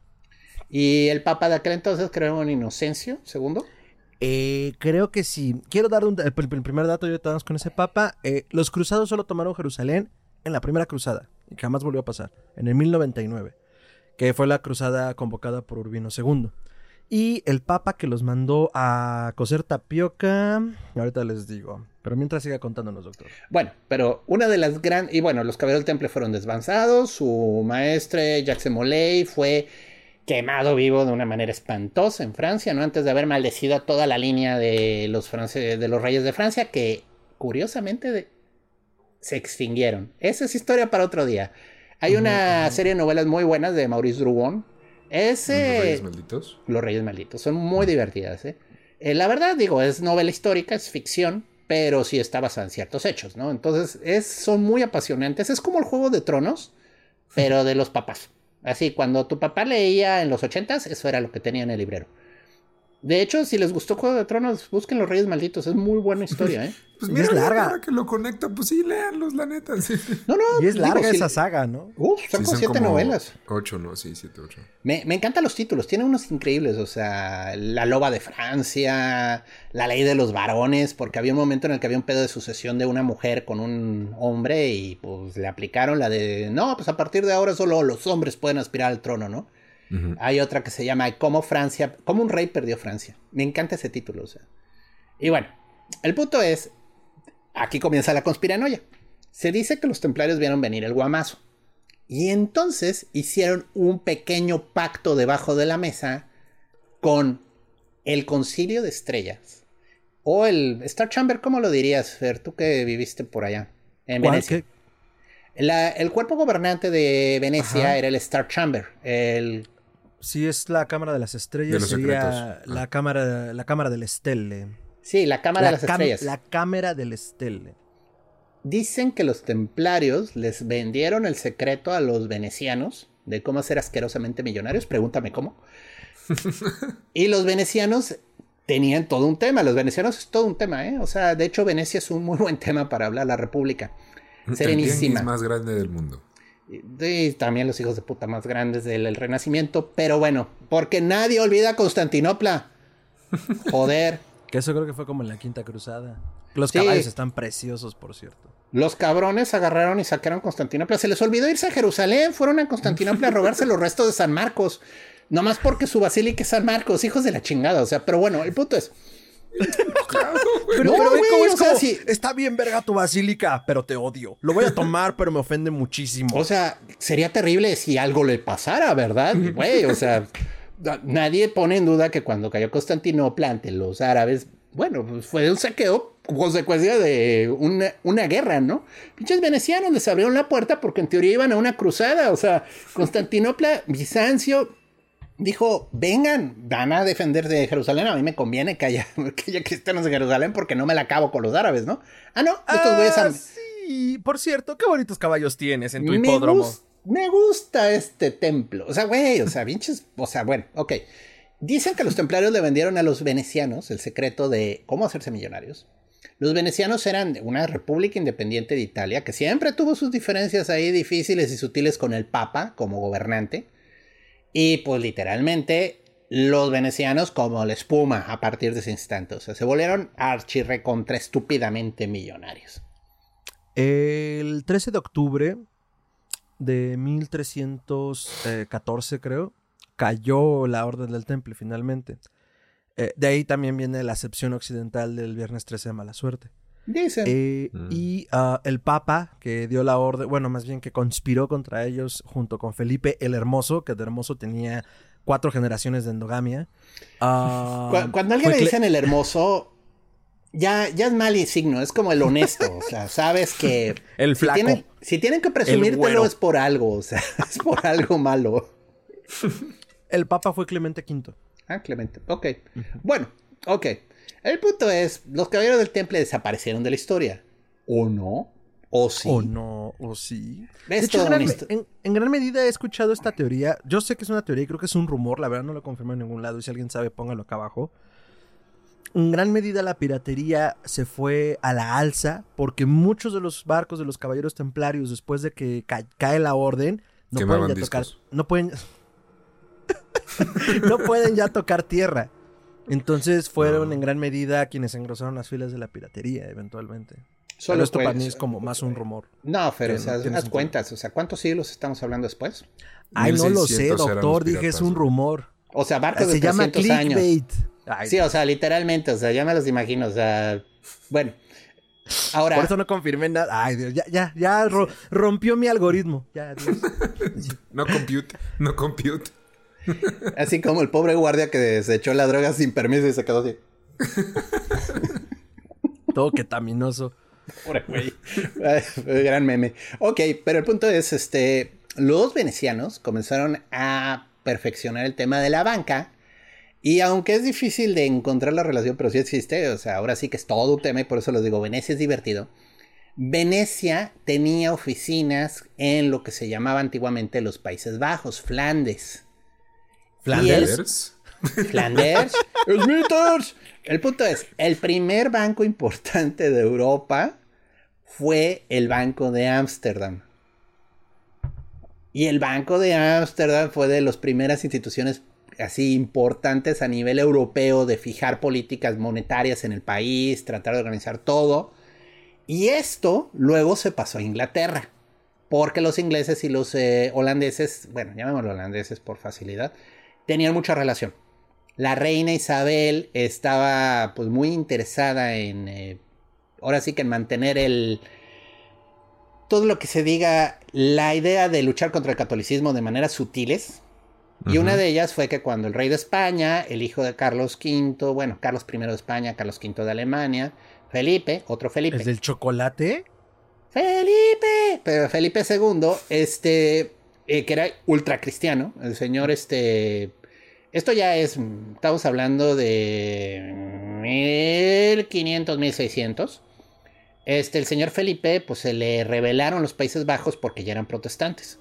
Y el papa de aquel entonces, creo en Inocencio segundo. Eh, creo que sí. Quiero dar un, el, el primer dato, yo estamos con ese papa. Eh, los cruzados solo tomaron Jerusalén en la primera cruzada. Y jamás volvió a pasar. En el mil noventa y nueve. Que fue la cruzada convocada por Urbino segundo. Y el papa que los mandó a cocer tapioca, ahorita les digo. Pero mientras siga contándonos, doctor. Bueno, pero una de las grandes... Y bueno, los caballeros del temple fueron desvanzados. Su maestre, Jacques de Molay, fue quemado vivo de una manera espantosa en Francia, ¿no? Antes de haber maldecido a toda la línea de los, france- de los reyes de Francia, que curiosamente de... se extinguieron. Esa es historia para otro día. Hay uh-huh, una uh-huh. serie de novelas muy buenas de Maurice Druon. Ese... ¿Los Reyes Malditos? Los Reyes Malditos. Son muy divertidas, ¿eh? Eh, la verdad, digo, es novela histórica, es ficción, pero sí está basada en ciertos hechos, ¿no? Entonces, es, son muy apasionantes. Es como el Juego de Tronos, pero de los papás. Así, cuando tu papá leía en los ochentas, eso era lo que tenía en el librero. De hecho, si les gustó Juego de Tronos, busquen Los Reyes Malditos. Es muy buena historia, ¿eh? Pues mira, es larga. Ahora que lo conecta, pues sí, léanlos, la neta. Sí. No, no. Y es digo, larga si... esa saga, ¿no? Uf, son, sí, como son siete como novelas. Ocho, ¿no? Sí, siete, ocho. Me, me encantan los títulos. Tienen unos increíbles. O sea, La Loba de Francia, La Ley de los Varones, porque había un momento en el que había un pedo de sucesión de una mujer con un hombre y pues le aplicaron la de, no, pues a partir de ahora solo los hombres pueden aspirar al trono, ¿no? Uh-huh. Hay otra que se llama Cómo Francia, cómo un rey perdió Francia. Me encanta ese título, o sea. Y bueno, el punto es, aquí comienza la conspiranoia. Se dice que los templarios vieron venir el guamazo. Y entonces hicieron un pequeño pacto debajo de la mesa con el Concilio de Estrellas. O el Star Chamber, ¿cómo lo dirías, Fer? Tú que viviste por allá, en Venecia. La, el cuerpo gobernante de Venecia Ajá. era el Star Chamber. El... Sí, es la Cámara de las Estrellas. De los sería secretos. la, cámara, la Cámara del Stelle. Sí, la Cámara la de las Estrellas. La Cámara del Stelle. Dicen que los templarios les vendieron el secreto a los venecianos de cómo ser asquerosamente millonarios. Pregúntame cómo. Y los venecianos tenían todo un tema. Los venecianos es todo un tema, ¿eh? O sea, de hecho, Venecia es un muy buen tema para hablar. La República. Serenísima. El más grande del mundo. Y también los hijos de puta más grandes del, del Renacimiento. Pero bueno, porque nadie olvida Constantinopla. Joder. Que eso creo que fue como en la Quinta Cruzada. Los Sí. caballos están preciosos, por cierto. Los cabrones agarraron y sacaron Constantinopla. Se les olvidó irse a Jerusalén. Fueron a Constantinopla a robarse los restos de San Marcos. Nomás porque su basílica es San Marcos. Hijos de la chingada. O sea, pero bueno, el punto es... Pero, No, pero ve güey, cómo es o sea, como, sí. está bien verga tu basílica, pero te odio. Lo voy a tomar, pero me ofende muchísimo. O sea, sería terrible si algo le pasara, ¿verdad? Güey, o sea, nadie pone en duda que cuando cayó Constantinopla ante los árabes, bueno, pues fue un saqueo, consecuencia de una, una guerra, ¿no? Pinches venecianos les abrieron la puerta porque en teoría iban a una cruzada. O sea, Constantinopla, Bizancio... dijo, vengan, van a defender de Jerusalén. A mí me conviene que haya, que haya cristianos de Jerusalén porque no me la acabo con los árabes, ¿no? Ah, no, estos güeyes ah, han... sí, por cierto, qué bonitos caballos tienes en tu me, hipódromo. gus- me gusta este templo. O sea, güey, o sea, pinches... O sea, bueno, ok. Dicen que los templarios le vendieron a los venecianos el secreto de cómo hacerse millonarios. Los venecianos eran una república independiente de Italia que siempre tuvo sus diferencias ahí difíciles y sutiles con el Papa como gobernante. Y pues literalmente los venecianos como la espuma a partir de ese instante. O sea, se volvieron archirrecontra estúpidamente millonarios. El trece de octubre de mil trescientos catorce, creo, cayó la Orden del Temple finalmente. Eh, de ahí también viene la acepción occidental del Viernes trece de Mala Suerte. Dicen. Eh, Mm. Y uh, el Papa que dio la orden, bueno, más bien que conspiró contra ellos junto con Felipe el Hermoso, que de Hermoso tenía cuatro generaciones de endogamia. Uh, Cu- Cuando a alguien fue le cle- dicen el hermoso, ya, ya es mal signo, es como el honesto. O sea, sabes que... El si flaco. Tienen, si tienen que El presumírtelo güero. es por algo, o sea, es por algo malo. El Papa fue Clemente quinto. Ah, Clemente. Ok. Bueno, ok. El punto es, los caballeros del temple desaparecieron de la historia. ¿O no? ¿O sí? ¿O no? ¿O sí? De Es hecho, en toda gran, una histo- en- en gran medida he escuchado esta teoría. Yo sé que es una teoría y creo que es un rumor. La verdad no lo confirmo en ningún lado. Y si alguien sabe, póngalo acá abajo. En gran medida la piratería se fue a la alza porque muchos de los barcos de los caballeros templarios, después de que ca- cae la orden, no Quemaban pueden ya tocar... discos. No pueden... no pueden ya tocar tierra. Entonces fueron No. en gran medida quienes engrosaron las filas de la piratería eventualmente. Solo Pero esto puede para mí ser. es como más un rumor. No, pero, o que sea, no tiene haz sentido. cuentas. O sea, ¿cuántos siglos estamos hablando después? Ay, no lo sé, mil seiscientos eran los doctor. Dije, es piratas, un ¿no? rumor. O sea, barcos de Se llama trescientos años. clickbait. Ay, Sí, o sea, literalmente, o sea, ya me los imagino, o sea, bueno. Ahora, por eso no confirmé nada. Ay, Dios, ya, ya, ya ro- rompió mi algoritmo. Ya, Dios. No compute, no compute. así como el pobre guardia que se echó la droga sin permiso y se quedó así. Todo ketaminoso. Pobre güey. Ay, gran meme. Ok, pero el punto es, este, los venecianos comenzaron a perfeccionar el tema de la banca. Y aunque es difícil de encontrar la relación, pero sí existe, o sea, ahora sí que es todo un tema y por eso les digo, Venecia es divertido. Venecia tenía oficinas en lo que se llamaba antiguamente los Países Bajos, Flandes. Flanders. Flanders. Smithers. El punto es, el primer banco importante de Europa fue el Banco de Ámsterdam. Y el Banco de Ámsterdam fue de las primeras instituciones así importantes a nivel europeo de fijar políticas monetarias en el país, tratar de organizar todo. Y esto luego se pasó a Inglaterra, porque los ingleses y los eh, holandeses, bueno, llamémoslo holandeses por facilidad, tenían mucha relación. La reina Isabel estaba pues muy interesada en, eh, ahora sí que en mantener el, todo lo que se diga, la idea de luchar contra el catolicismo de maneras sutiles. Y uh-huh. una de ellas fue que cuando el rey de España, el hijo de Carlos quinto, bueno, Carlos primero de España, Carlos quinto de Alemania, Felipe, otro Felipe. ¿Es del chocolate? ¡Felipe! Pero Felipe segundo, este, eh, que era ultracristiano, el señor, este... Esto ya es, estamos hablando de mil quinientos, mil seiscientos. Este, el señor Felipe, pues se le rebelaron los Países Bajos porque ya eran protestantes.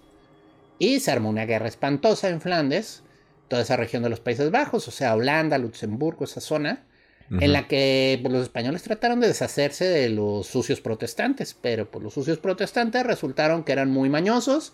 Y se armó una guerra espantosa en Flandes, toda esa región de los Países Bajos, o sea, Holanda, Luxemburgo, esa zona, uh-huh. en la que pues, los españoles trataron de deshacerse de los sucios protestantes, pero pues, los sucios protestantes resultaron que eran muy mañosos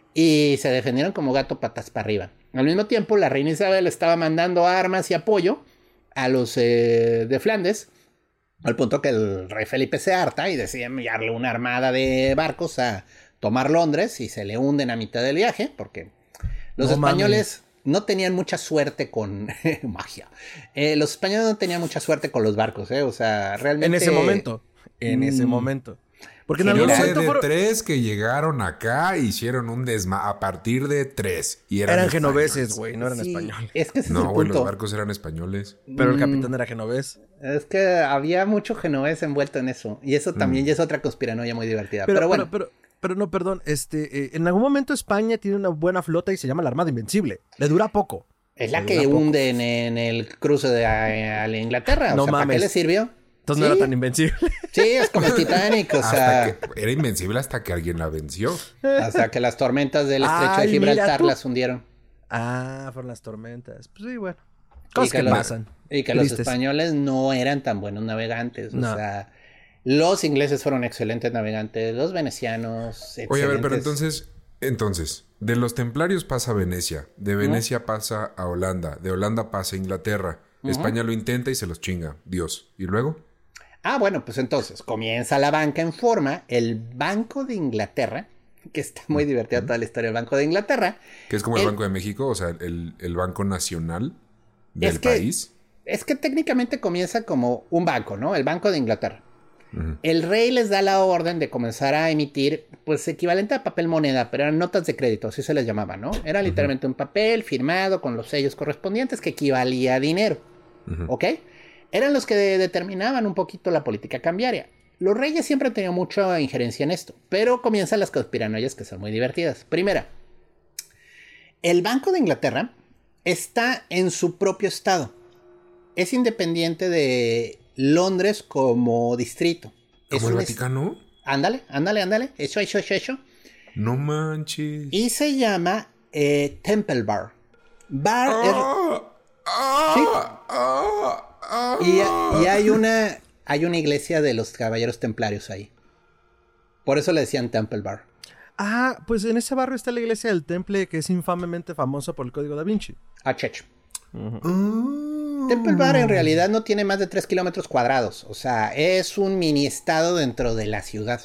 y se defendieron como gato patas para arriba. Al mismo tiempo, la reina Isabel estaba mandando armas y apoyo a los eh, de Flandes, al punto que el rey Felipe se harta y decide enviarle una armada de barcos a tomar Londres y se le hunden a mitad del viaje porque los no, españoles mami. no tenían mucha suerte con magia. Eh, los españoles no tenían mucha suerte con los barcos, ¿eh? O sea, realmente... En ese momento. En mm. ese momento. Porque en algún momento de fueron... tres que llegaron acá hicieron un desma a partir de tres y eran, eran genoveses, güey, no eran sí, españoles. Es que ese no, es el güey, punto. Los barcos eran españoles. Pero el capitán mm. era genovés. Es que había mucho genovés envuelto en eso y eso también mm. ya es otra conspiranoia muy divertida. Pero, pero bueno. Pero, pero, pero no, perdón, este, eh, en algún momento España tiene una buena flota y se llama la Armada Invencible. Le dura poco. Es la que hunde en, en el cruce de a, a la Inglaterra. O no sea, mames. ¿para qué le sirvió? Entonces ¿Sí? no era tan invencible. Sí, es como el Titanic, o sea... Que, era invencible hasta que alguien la venció. Hasta que las tormentas del estrecho Ay, de Gibraltar las hundieron. Ah, fueron las tormentas. Pues sí, bueno. Cosas que, que pasan. Los, y que Tristes. Los españoles no eran tan buenos navegantes. O no. sea, los ingleses fueron excelentes navegantes. Los venecianos, excelentes. Oye, a ver, pero entonces... Entonces, de los templarios pasa a Venecia. De Venecia uh-huh. pasa a Holanda. De Holanda pasa a Inglaterra. Uh-huh. España lo intenta y se los chinga. Dios. ¿Y luego? Ah, bueno, pues entonces comienza la banca en forma. El Banco de Inglaterra, que está muy divertida toda la historia del Banco de Inglaterra. Que es como el, el Banco de México, o sea, el, el Banco Nacional del es que, país. Es que técnicamente comienza como un banco, ¿no? El Banco de Inglaterra. Uh-huh. El rey les da la orden de comenzar a emitir, pues equivalente a papel moneda, pero eran notas de crédito, así se les llamaba, ¿no? Era uh-huh. literalmente un papel firmado con los sellos correspondientes que equivalía a dinero, uh-huh. ¿ok? Eran los que de- determinaban un poquito la política cambiaria. Los reyes siempre han tenido mucha injerencia en esto, pero comienzan las conspiranoias que son muy divertidas. Primera, el Banco de Inglaterra está en su propio estado. Es independiente de Londres como distrito. ¿Como es el Vaticano? Est- ándale, ándale, ándale. Eso, eso, eso, eso. No manches. Y se llama eh, Temple Bar. Bar ah, es... ah, ¿Sí? ah, ah, Y, y hay una hay una iglesia de los caballeros templarios ahí. Por eso le decían Temple Bar. Ah, pues en ese barrio está la iglesia del Temple, que es infamemente famosa por el Código Da Vinci. Ah, checho. Uh-huh. Uh. Temple Bar en realidad no tiene más de tres kilómetros cuadrados. O sea, es un mini estado dentro de la ciudad.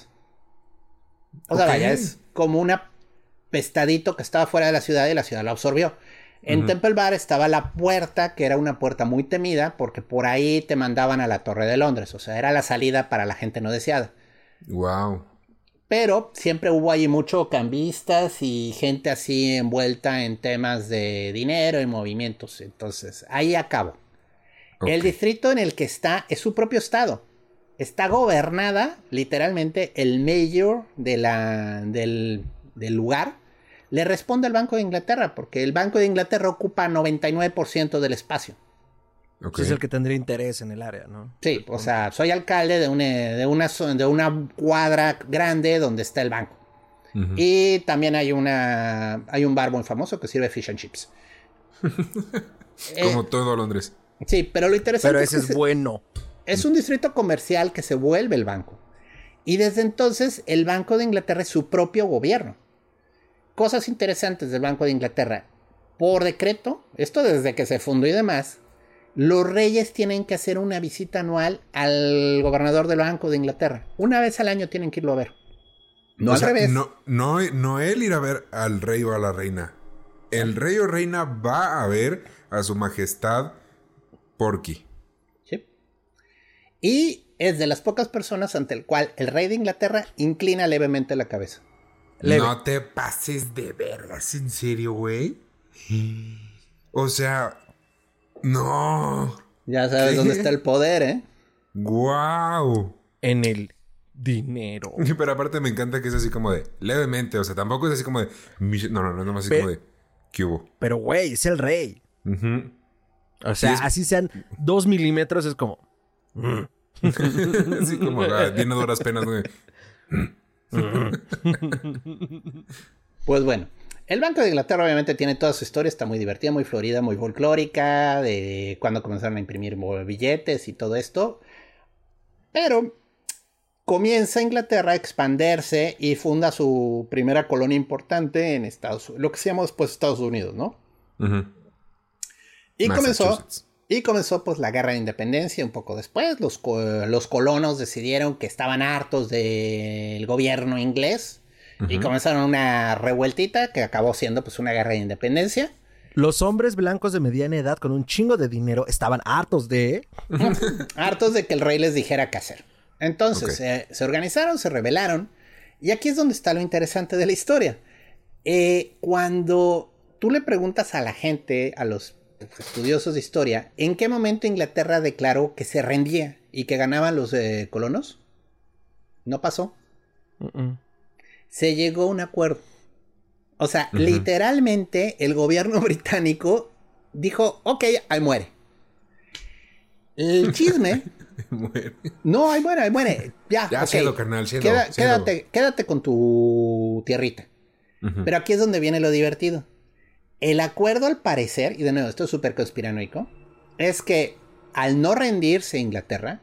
O sea, okay. vaya, es como un pestadito que estaba fuera de la ciudad y la ciudad lo absorbió. En uh-huh. Temple Bar estaba la puerta, que era una puerta muy temida, porque por ahí te mandaban a la Torre de Londres. O sea, era la salida para la gente no deseada. Wow. Pero siempre hubo ahí mucho cambistas y gente así envuelta en temas de dinero y movimientos. Entonces, ahí acabó. Okay. El distrito en el que está es su propio estado. Está gobernada, literalmente, el mayor de la, del, del lugar le responde al Banco de Inglaterra, porque el Banco de Inglaterra ocupa noventa y nueve por ciento del espacio. Okay. Es el que tendría interés en el área, ¿no? Sí, o sea, soy alcalde de una, de una, de una cuadra grande donde está el banco. Uh-huh. Y también hay una hay un bar muy famoso que sirve fish and chips. Como eh, todo Londres. Sí, pero lo interesante pero es ese que es se, bueno. Es un distrito comercial que se vuelve el banco. Y desde entonces el Banco de Inglaterra es su propio gobierno. Cosas interesantes del Banco de Inglaterra. Por decreto, esto desde que se fundó y demás, los reyes tienen que hacer una visita anual al gobernador del Banco de Inglaterra. Una vez al año tienen que irlo a ver. No o al sea, revés. No, no, no él ir a ver al rey o a la reina. El rey o reina va a ver a su majestad Porky. Sí. Y es de las pocas personas ante el cual el rey de Inglaterra inclina levemente la cabeza. Leve. No te pases de vergas, ¿en serio, güey? O sea, no. Ya sabes ¿Qué? dónde está el poder, ¿eh? ¡Guau! En el dinero. Pero aparte me encanta que es así como de levemente, o sea, tampoco es así como de... No, no, no, no, así Pe- como de... ¿Qué hubo? Pero, güey, es el rey. Uh-huh. O sea, es... así sean dos milímetros, es como... Mm. Así como, ah, tiene duras penas, güey. Pues bueno, el Banco de Inglaterra obviamente tiene toda su historia, está muy divertida, muy florida, muy folclórica, de cuando comenzaron a imprimir billetes y todo esto. Pero comienza Inglaterra a expandirse y funda su primera colonia importante en Estados Unidos, lo que se llama después Estados Unidos, ¿no? Uh-huh. Y comenzó, y comenzó pues la guerra de independencia un poco después. Los, los colonos decidieron que estaban hartos del gobierno inglés. Uh-huh. Y comenzaron una revueltita que acabó siendo pues una guerra de independencia. Los hombres blancos de mediana edad con un chingo de dinero estaban hartos de... hartos de que el rey les dijera qué hacer. Entonces okay. eh, se organizaron, se rebelaron. Y aquí es donde está lo interesante de la historia. Eh, cuando tú le preguntas a la gente, a los estudiosos de historia, ¿en qué momento Inglaterra declaró que se rendía y que ganaban los eh, colonos? No pasó. Uh-uh. Se llegó a un acuerdo. O sea, uh-huh. literalmente el gobierno británico dijo, ok, ahí muere. El chisme... muere. No, ahí muere, ahí muere. Ya, ya okay. cielo, carnal, cielo, Queda, cielo. Quédate, quédate con tu tierrita. Uh-huh. Pero aquí es donde viene lo divertido. El acuerdo, al parecer, y de nuevo, esto es súper conspiranoico, es que al no rendirse Inglaterra,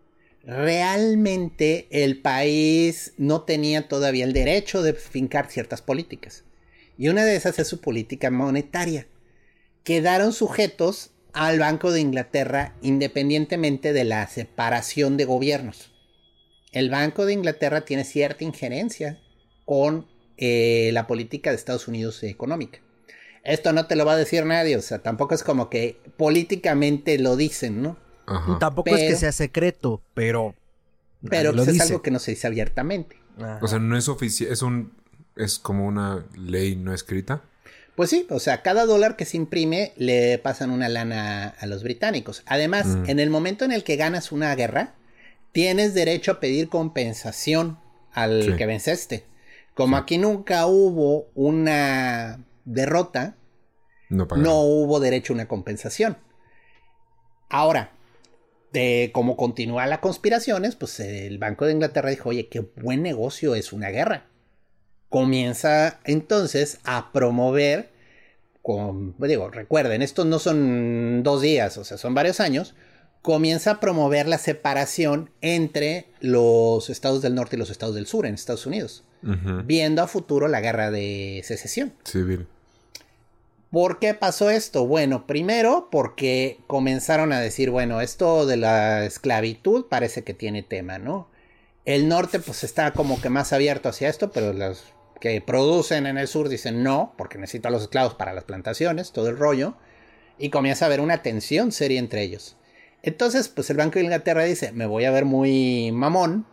realmente el país no tenía todavía el derecho de fincar ciertas políticas. Y una de esas es su política monetaria. Quedaron sujetos al Banco de Inglaterra independientemente de la separación de gobiernos. El Banco de Inglaterra tiene cierta injerencia con eh, la política de Estados Unidos económica. Esto no te lo va a decir nadie, o sea, tampoco es como que políticamente lo dicen, ¿no? Ajá. Tampoco pero, es que sea secreto, pero... Pero pues es algo que no se dice abiertamente. Ajá. O sea, no es oficial, es un... es como una ley no escrita. Pues sí, o sea, cada dólar que se imprime le pasan una lana a los británicos. Además, mm. en el momento en el que ganas una guerra, tienes derecho a pedir compensación al sí. que venceste. Como sí. aquí nunca hubo una derrota, no, no hubo derecho a una compensación. Ahora, de como continúan las conspiraciones, pues el Banco de Inglaterra dijo, oye, qué buen negocio es una guerra. Comienza entonces a promover, con, digo, recuerden, estos no son dos días, o sea, son varios años, comienza a promover la separación entre los estados del norte y los estados del sur en Estados Unidos, uh-huh. viendo a futuro la guerra de secesión. Civil. ¿Por qué pasó esto? Bueno, primero porque comenzaron a decir, bueno, esto de la esclavitud parece que tiene tema, ¿no? El norte pues está como que más abierto hacia esto, pero los que producen en el sur dicen no, porque necesitan los esclavos para las plantaciones, todo el rollo, y comienza a haber una tensión seria entre ellos. Entonces, pues el Banco de Inglaterra dice, me voy a ver muy mamón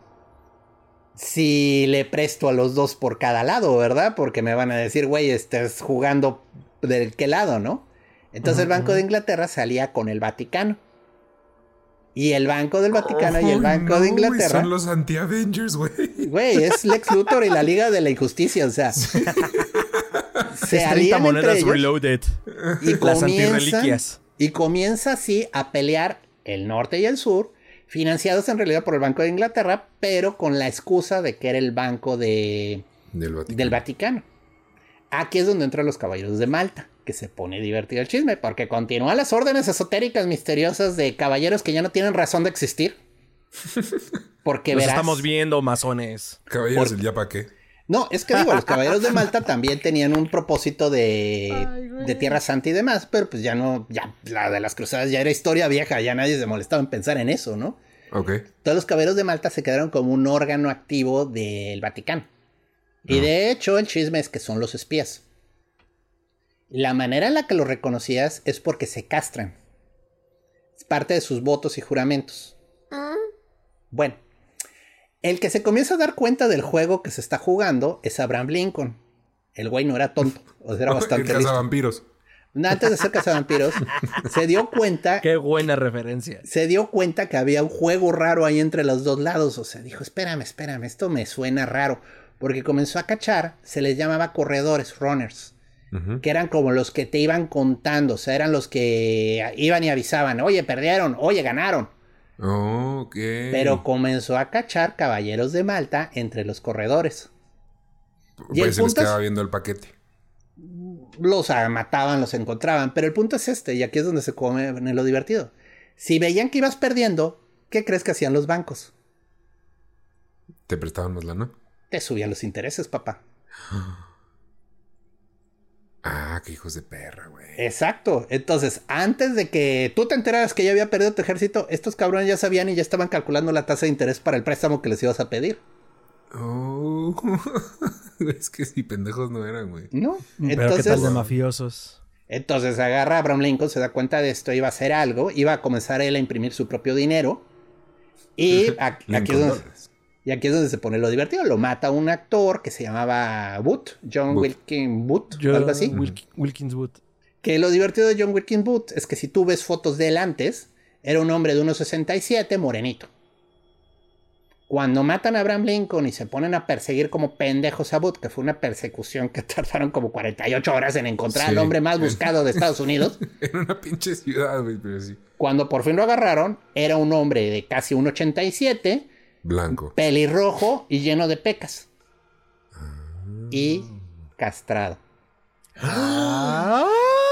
si le presto a los dos por cada lado, ¿verdad? Porque me van a decir, güey, estás jugando de qué lado, ¿no? Entonces uh-huh. el Banco de Inglaterra salía con el Vaticano. Y el Banco del Vaticano oh, y el Banco no, de Inglaterra... Son los anti-Avengers, güey. Güey, es Lex Luthor y la Liga de la Injusticia, o sea... Sí. Se es alían monedas entre ellos, reloaded. Y las antirreliquias. Y comienza así a pelear el norte y el sur, financiados en realidad por el Banco de Inglaterra, pero con la excusa de que era el Banco de, del, Vaticano. del Vaticano. Aquí es donde entran los caballeros de Malta, que se pone divertido el chisme, porque continúan las órdenes esotéricas misteriosas de caballeros que ya no tienen razón de existir. Porque Los verás... estamos viendo, masones. Caballeros Por... del ya pa' qué. No, es que digo, los caballeros de Malta también tenían un propósito de, Ay, de Tierra Santa y demás, pero pues ya no, ya la de las cruzadas ya era historia vieja, ya nadie se molestaba en pensar en eso, ¿no? Ok. Todos los caballeros de Malta se quedaron como un órgano activo del Vaticano. Y Ah. de hecho, el chisme es que son los espías. La manera en la que los reconocías es porque se castran. Es parte de sus votos y juramentos. Bueno, el que se comienza a dar cuenta del juego que se está jugando es Abraham Lincoln. El güey no era tonto, o sea, era bastante el listo. cazavampiros. Antes de ser cazavampiros, se dio cuenta... Qué buena referencia. Se dio cuenta que había un juego raro ahí entre los dos lados. O sea, dijo, espérame, espérame, esto me suena raro. Porque comenzó a cachar, se les llamaba corredores, runners. Uh-huh. Que eran como los que te iban contando. O sea, eran los que iban y avisaban, oye, perdieron, oye, ganaron. Oh, ok. Pero comenzó a cachar caballeros de Malta entre los corredores. Y pues el se les quedaba viendo el paquete. Los mataban, los encontraban. Pero el punto es este, y aquí es donde se come en lo divertido. Si veían que ibas perdiendo, ¿qué crees que hacían los bancos? ¿Te prestaban más lana? Te subían los intereses, papá. Ah, qué hijos de perra, güey. Exacto. Entonces, antes de que tú te enteraras que ya había perdido tu ejército, estos cabrones ya sabían y ya estaban calculando la tasa de interés para el préstamo que les ibas a pedir. Oh, es que si pendejos no eran, güey. No, pero entonces... ¿qué tal de mafiosos? Entonces agarra a Abraham Lincoln, se da cuenta de esto, iba a hacer algo, iba a comenzar él a imprimir su propio dinero. Y aquí, aquí, es donde, y aquí es donde se pone lo divertido. Lo mata un actor que se llamaba Booth, John Booth. Wilkins Booth, Yo, algo así. Wilk, Wilkins Booth. Que lo divertido de John Wilkins Booth es que si tú ves fotos de él antes, era un hombre de uno sesenta y siete, morenito. Cuando matan a Abraham Lincoln y se ponen a perseguir como pendejos a Booth, que fue una persecución que tardaron como cuarenta y ocho horas en encontrar sí. al hombre más buscado de Estados Unidos. Era una pinche ciudad, güey, pero sí. Cuando por fin lo agarraron, era un hombre de casi uno ochenta y siete. Blanco. Pelirrojo y lleno de pecas. Ah. Y castrado. Ah.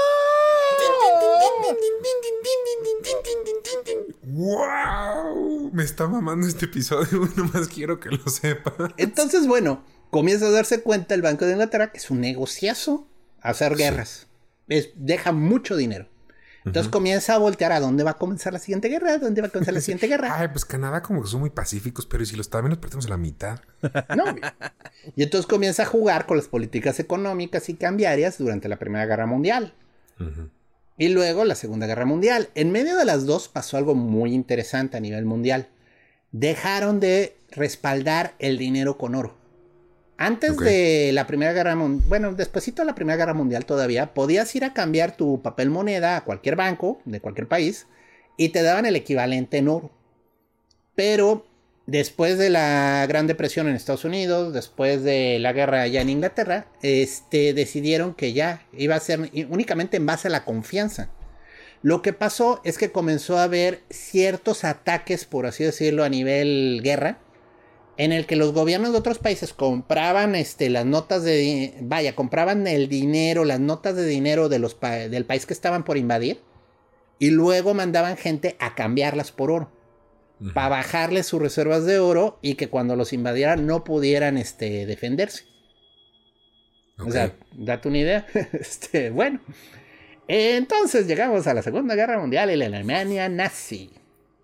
¡Wow! Me está mamando este episodio, nomás quiero que lo sepa. Entonces, bueno, comienza a darse cuenta el Banco de Inglaterra que es un negociazo hacer guerras. Sí. Es, deja mucho dinero. Entonces uh-huh. comienza a voltear a dónde va a comenzar la siguiente guerra, dónde va a comenzar la siguiente guerra. Ay, pues Canadá como que son muy pacíficos, pero si los también los perdemos a la mitad. No. Y entonces comienza a jugar con las políticas económicas y cambiarias durante la Primera Guerra Mundial. Uh-huh. Y luego la Segunda Guerra Mundial. En medio de las dos pasó algo muy interesante a nivel mundial. Dejaron de respaldar el dinero con oro. Antes okay. de la Primera Guerra Mundial, bueno, despuesito de la Primera Guerra Mundial todavía, podías ir a cambiar tu papel moneda a cualquier banco de cualquier país y te daban el equivalente en oro. Pero después de la Gran Depresión en Estados Unidos, después de la guerra allá en Inglaterra, este, decidieron que ya iba a ser únicamente en base a la confianza. Lo que pasó es que comenzó a haber ciertos ataques, por así decirlo, a nivel guerra, en el que los gobiernos de otros países compraban este, las notas de... Vaya, compraban el dinero, las notas de dinero de los pa- del país que estaban por invadir, y luego mandaban gente a cambiarlas por oro. Uh-huh. Para bajarles sus reservas de oro y que cuando los invadieran no pudieran este, defenderse. Okay. O sea, date una idea. este, bueno. Entonces llegamos a la Segunda Guerra Mundial y la Alemania nazi.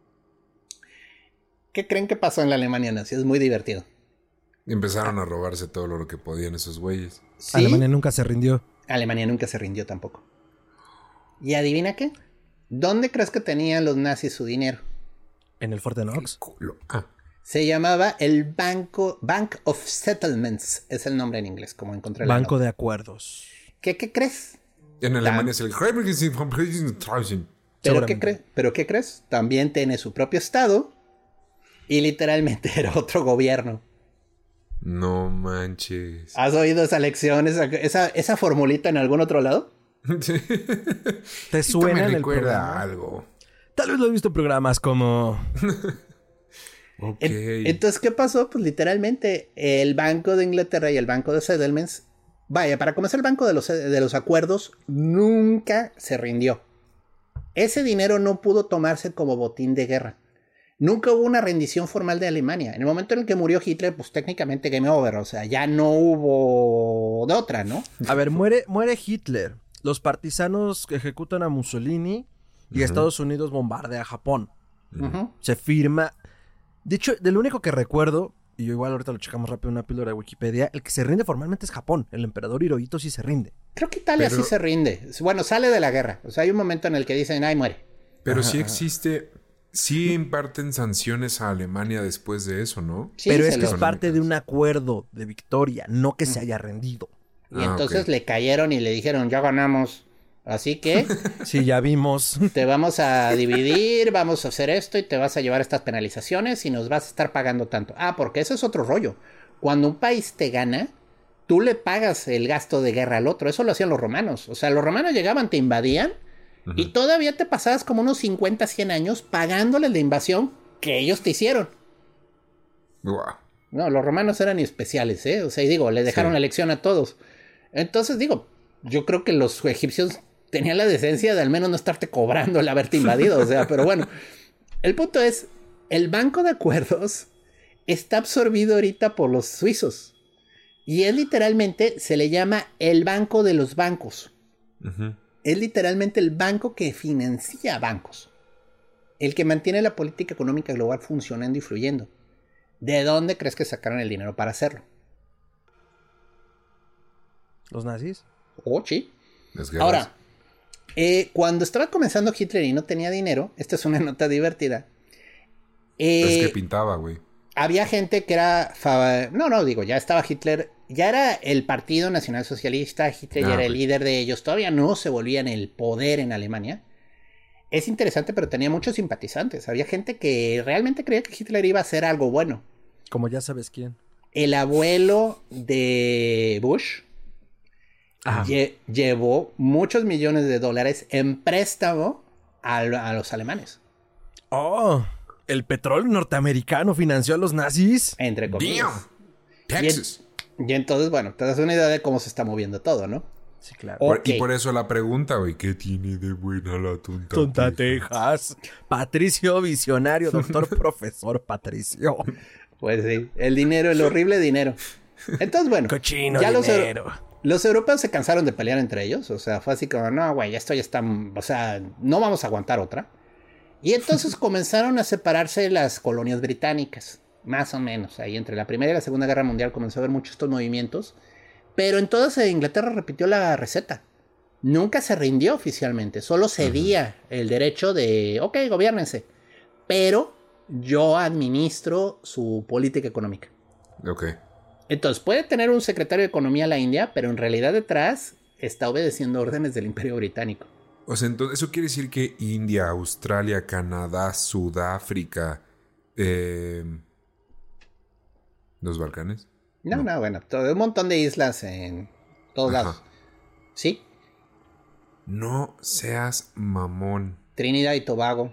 ¿Qué creen que pasó en la Alemania nazi? Es muy divertido. Empezaron a robarse todo lo que podían esos güeyes. ¿Sí? Alemania nunca se rindió. Alemania nunca se rindió tampoco. ¿Y adivina qué? ¿Dónde crees que tenían los nazis su dinero? En el Fort Knox. Ah. Se llamaba el Banco, Bank of Settlements. Es el nombre en inglés, como encontré la Banco nota. de Acuerdos. ¿Qué, qué crees? En Alemania es el... ¿Pero qué, crees? ¿Pero qué crees? También tiene su propio estado. Y literalmente era otro gobierno. No manches. ¿Has oído esa lección, esa, esa, esa formulita en algún otro lado? ¿Te suena me en el recuerda programa? algo? Tal vez lo he visto en programas como... Okay. Entonces, ¿qué pasó? Pues literalmente el Banco de Inglaterra y el Banco de Settlements, vaya, para comenzar el Banco de los, de los Acuerdos nunca se rindió. Ese dinero no pudo tomarse como botín de guerra. Nunca hubo una rendición formal de Alemania. En el momento en el que murió Hitler, pues técnicamente game over, o sea, ya no hubo de otra, ¿no? A ver, muere, muere Hitler. Los partisanos ejecutan a Mussolini y uh-huh. Estados Unidos bombardea a Japón. Uh-huh. Se firma... De hecho, del único que recuerdo, y yo igual ahorita lo checamos rápido en una píldora de Wikipedia, el que se rinde formalmente es Japón. El emperador Hirohito sí se rinde. Creo que Italia Pero... sí se rinde. Bueno, sale de la guerra. O sea, hay un momento en el que dicen, ay, muere. Pero ajá, sí ajá. existe... sí imparten sanciones a Alemania después de eso, ¿no? Sí, Pero se es que lo- es parte de un acuerdo de victoria, no que se haya rendido. Y Ah, entonces ok. le cayeron y le dijeron, ya ganamos. Así que Sí, ya vimos. te vamos a dividir, vamos a hacer esto y te vas a llevar estas penalizaciones y nos vas a estar pagando tanto. Ah, porque ese es otro rollo. Cuando un país te gana, tú le pagas el gasto de guerra al otro. Eso lo hacían los romanos. O sea, los romanos llegaban, te invadían Ujú. y todavía te pasabas como unos cincuenta, cien años pagándoles la invasión que ellos te hicieron. Guau. No, los romanos eran especiales, ¿eh? O sea, y digo, le dejaron Sí. la lección a todos. Entonces, digo, yo creo que los egipcios tenían la decencia de al menos no estarte cobrando el haberte invadido. O sea, pero bueno, el punto es, el banco de acuerdos está absorbido ahorita por los suizos. Y es literalmente, se le llama el banco de los bancos. Ujú. Es literalmente el banco que financia bancos. El que mantiene la política económica global funcionando y fluyendo. ¿De dónde crees que sacaron el dinero para hacerlo? ¿Los nazis? Oh, sí. Las guerras. Ahora, eh, cuando estaba comenzando Hitler y no tenía dinero, esta es una nota divertida. eh, Es que pintaba, güey. Había gente que era... fa- No, no, digo, ya estaba Hitler, ya era el Partido Nacional Socialista, Hitler ya Ah, era el ok. líder de ellos, todavía no se volvían el poder en Alemania. Es interesante, pero tenía muchos simpatizantes. Había gente que realmente creía que Hitler iba a hacer algo bueno. Como ya sabes quién. El abuelo de Bush Ajá. lle- llevó muchos millones de dólares en préstamo a, a los alemanes, Oh, ¿el petróleo norteamericano financió a los nazis? entre comillas. ¡Damn! Texas. Y entonces, bueno, te das una idea de cómo se está moviendo todo, ¿no? Sí, claro. Oh. Por- ok. Y por eso la pregunta, güey, ¿qué tiene de buena la tonta? Tonta Texas? Texas. Patricio Visionario, doctor profesor Patricio. Pues sí, el dinero, el horrible dinero. Entonces, bueno, Cochino ya los, dinero. euro- los europeos se cansaron de pelear entre ellos. O sea, fue así como, no, güey, esto ya está, o sea, no vamos a aguantar otra. Y entonces comenzaron a separarse las colonias británicas, más o menos. Ahí entre la Primera y la Segunda Guerra Mundial comenzó a haber muchos estos movimientos. Pero entonces Inglaterra repitió la receta. Nunca se rindió oficialmente, solo cedía el derecho de, ok, gobiérnense. Pero yo administro su política económica. Ok. Entonces puede tener un secretario de Economía la India, pero en realidad detrás está obedeciendo órdenes del Imperio Británico. O sea, entonces eso quiere decir que India, Australia, Canadá, Sudáfrica, eh, los Balcanes. No, No. no, bueno, todo, un montón de islas en todos Ajá. lados. Sí, No seas mamón. Trinidad y Tobago.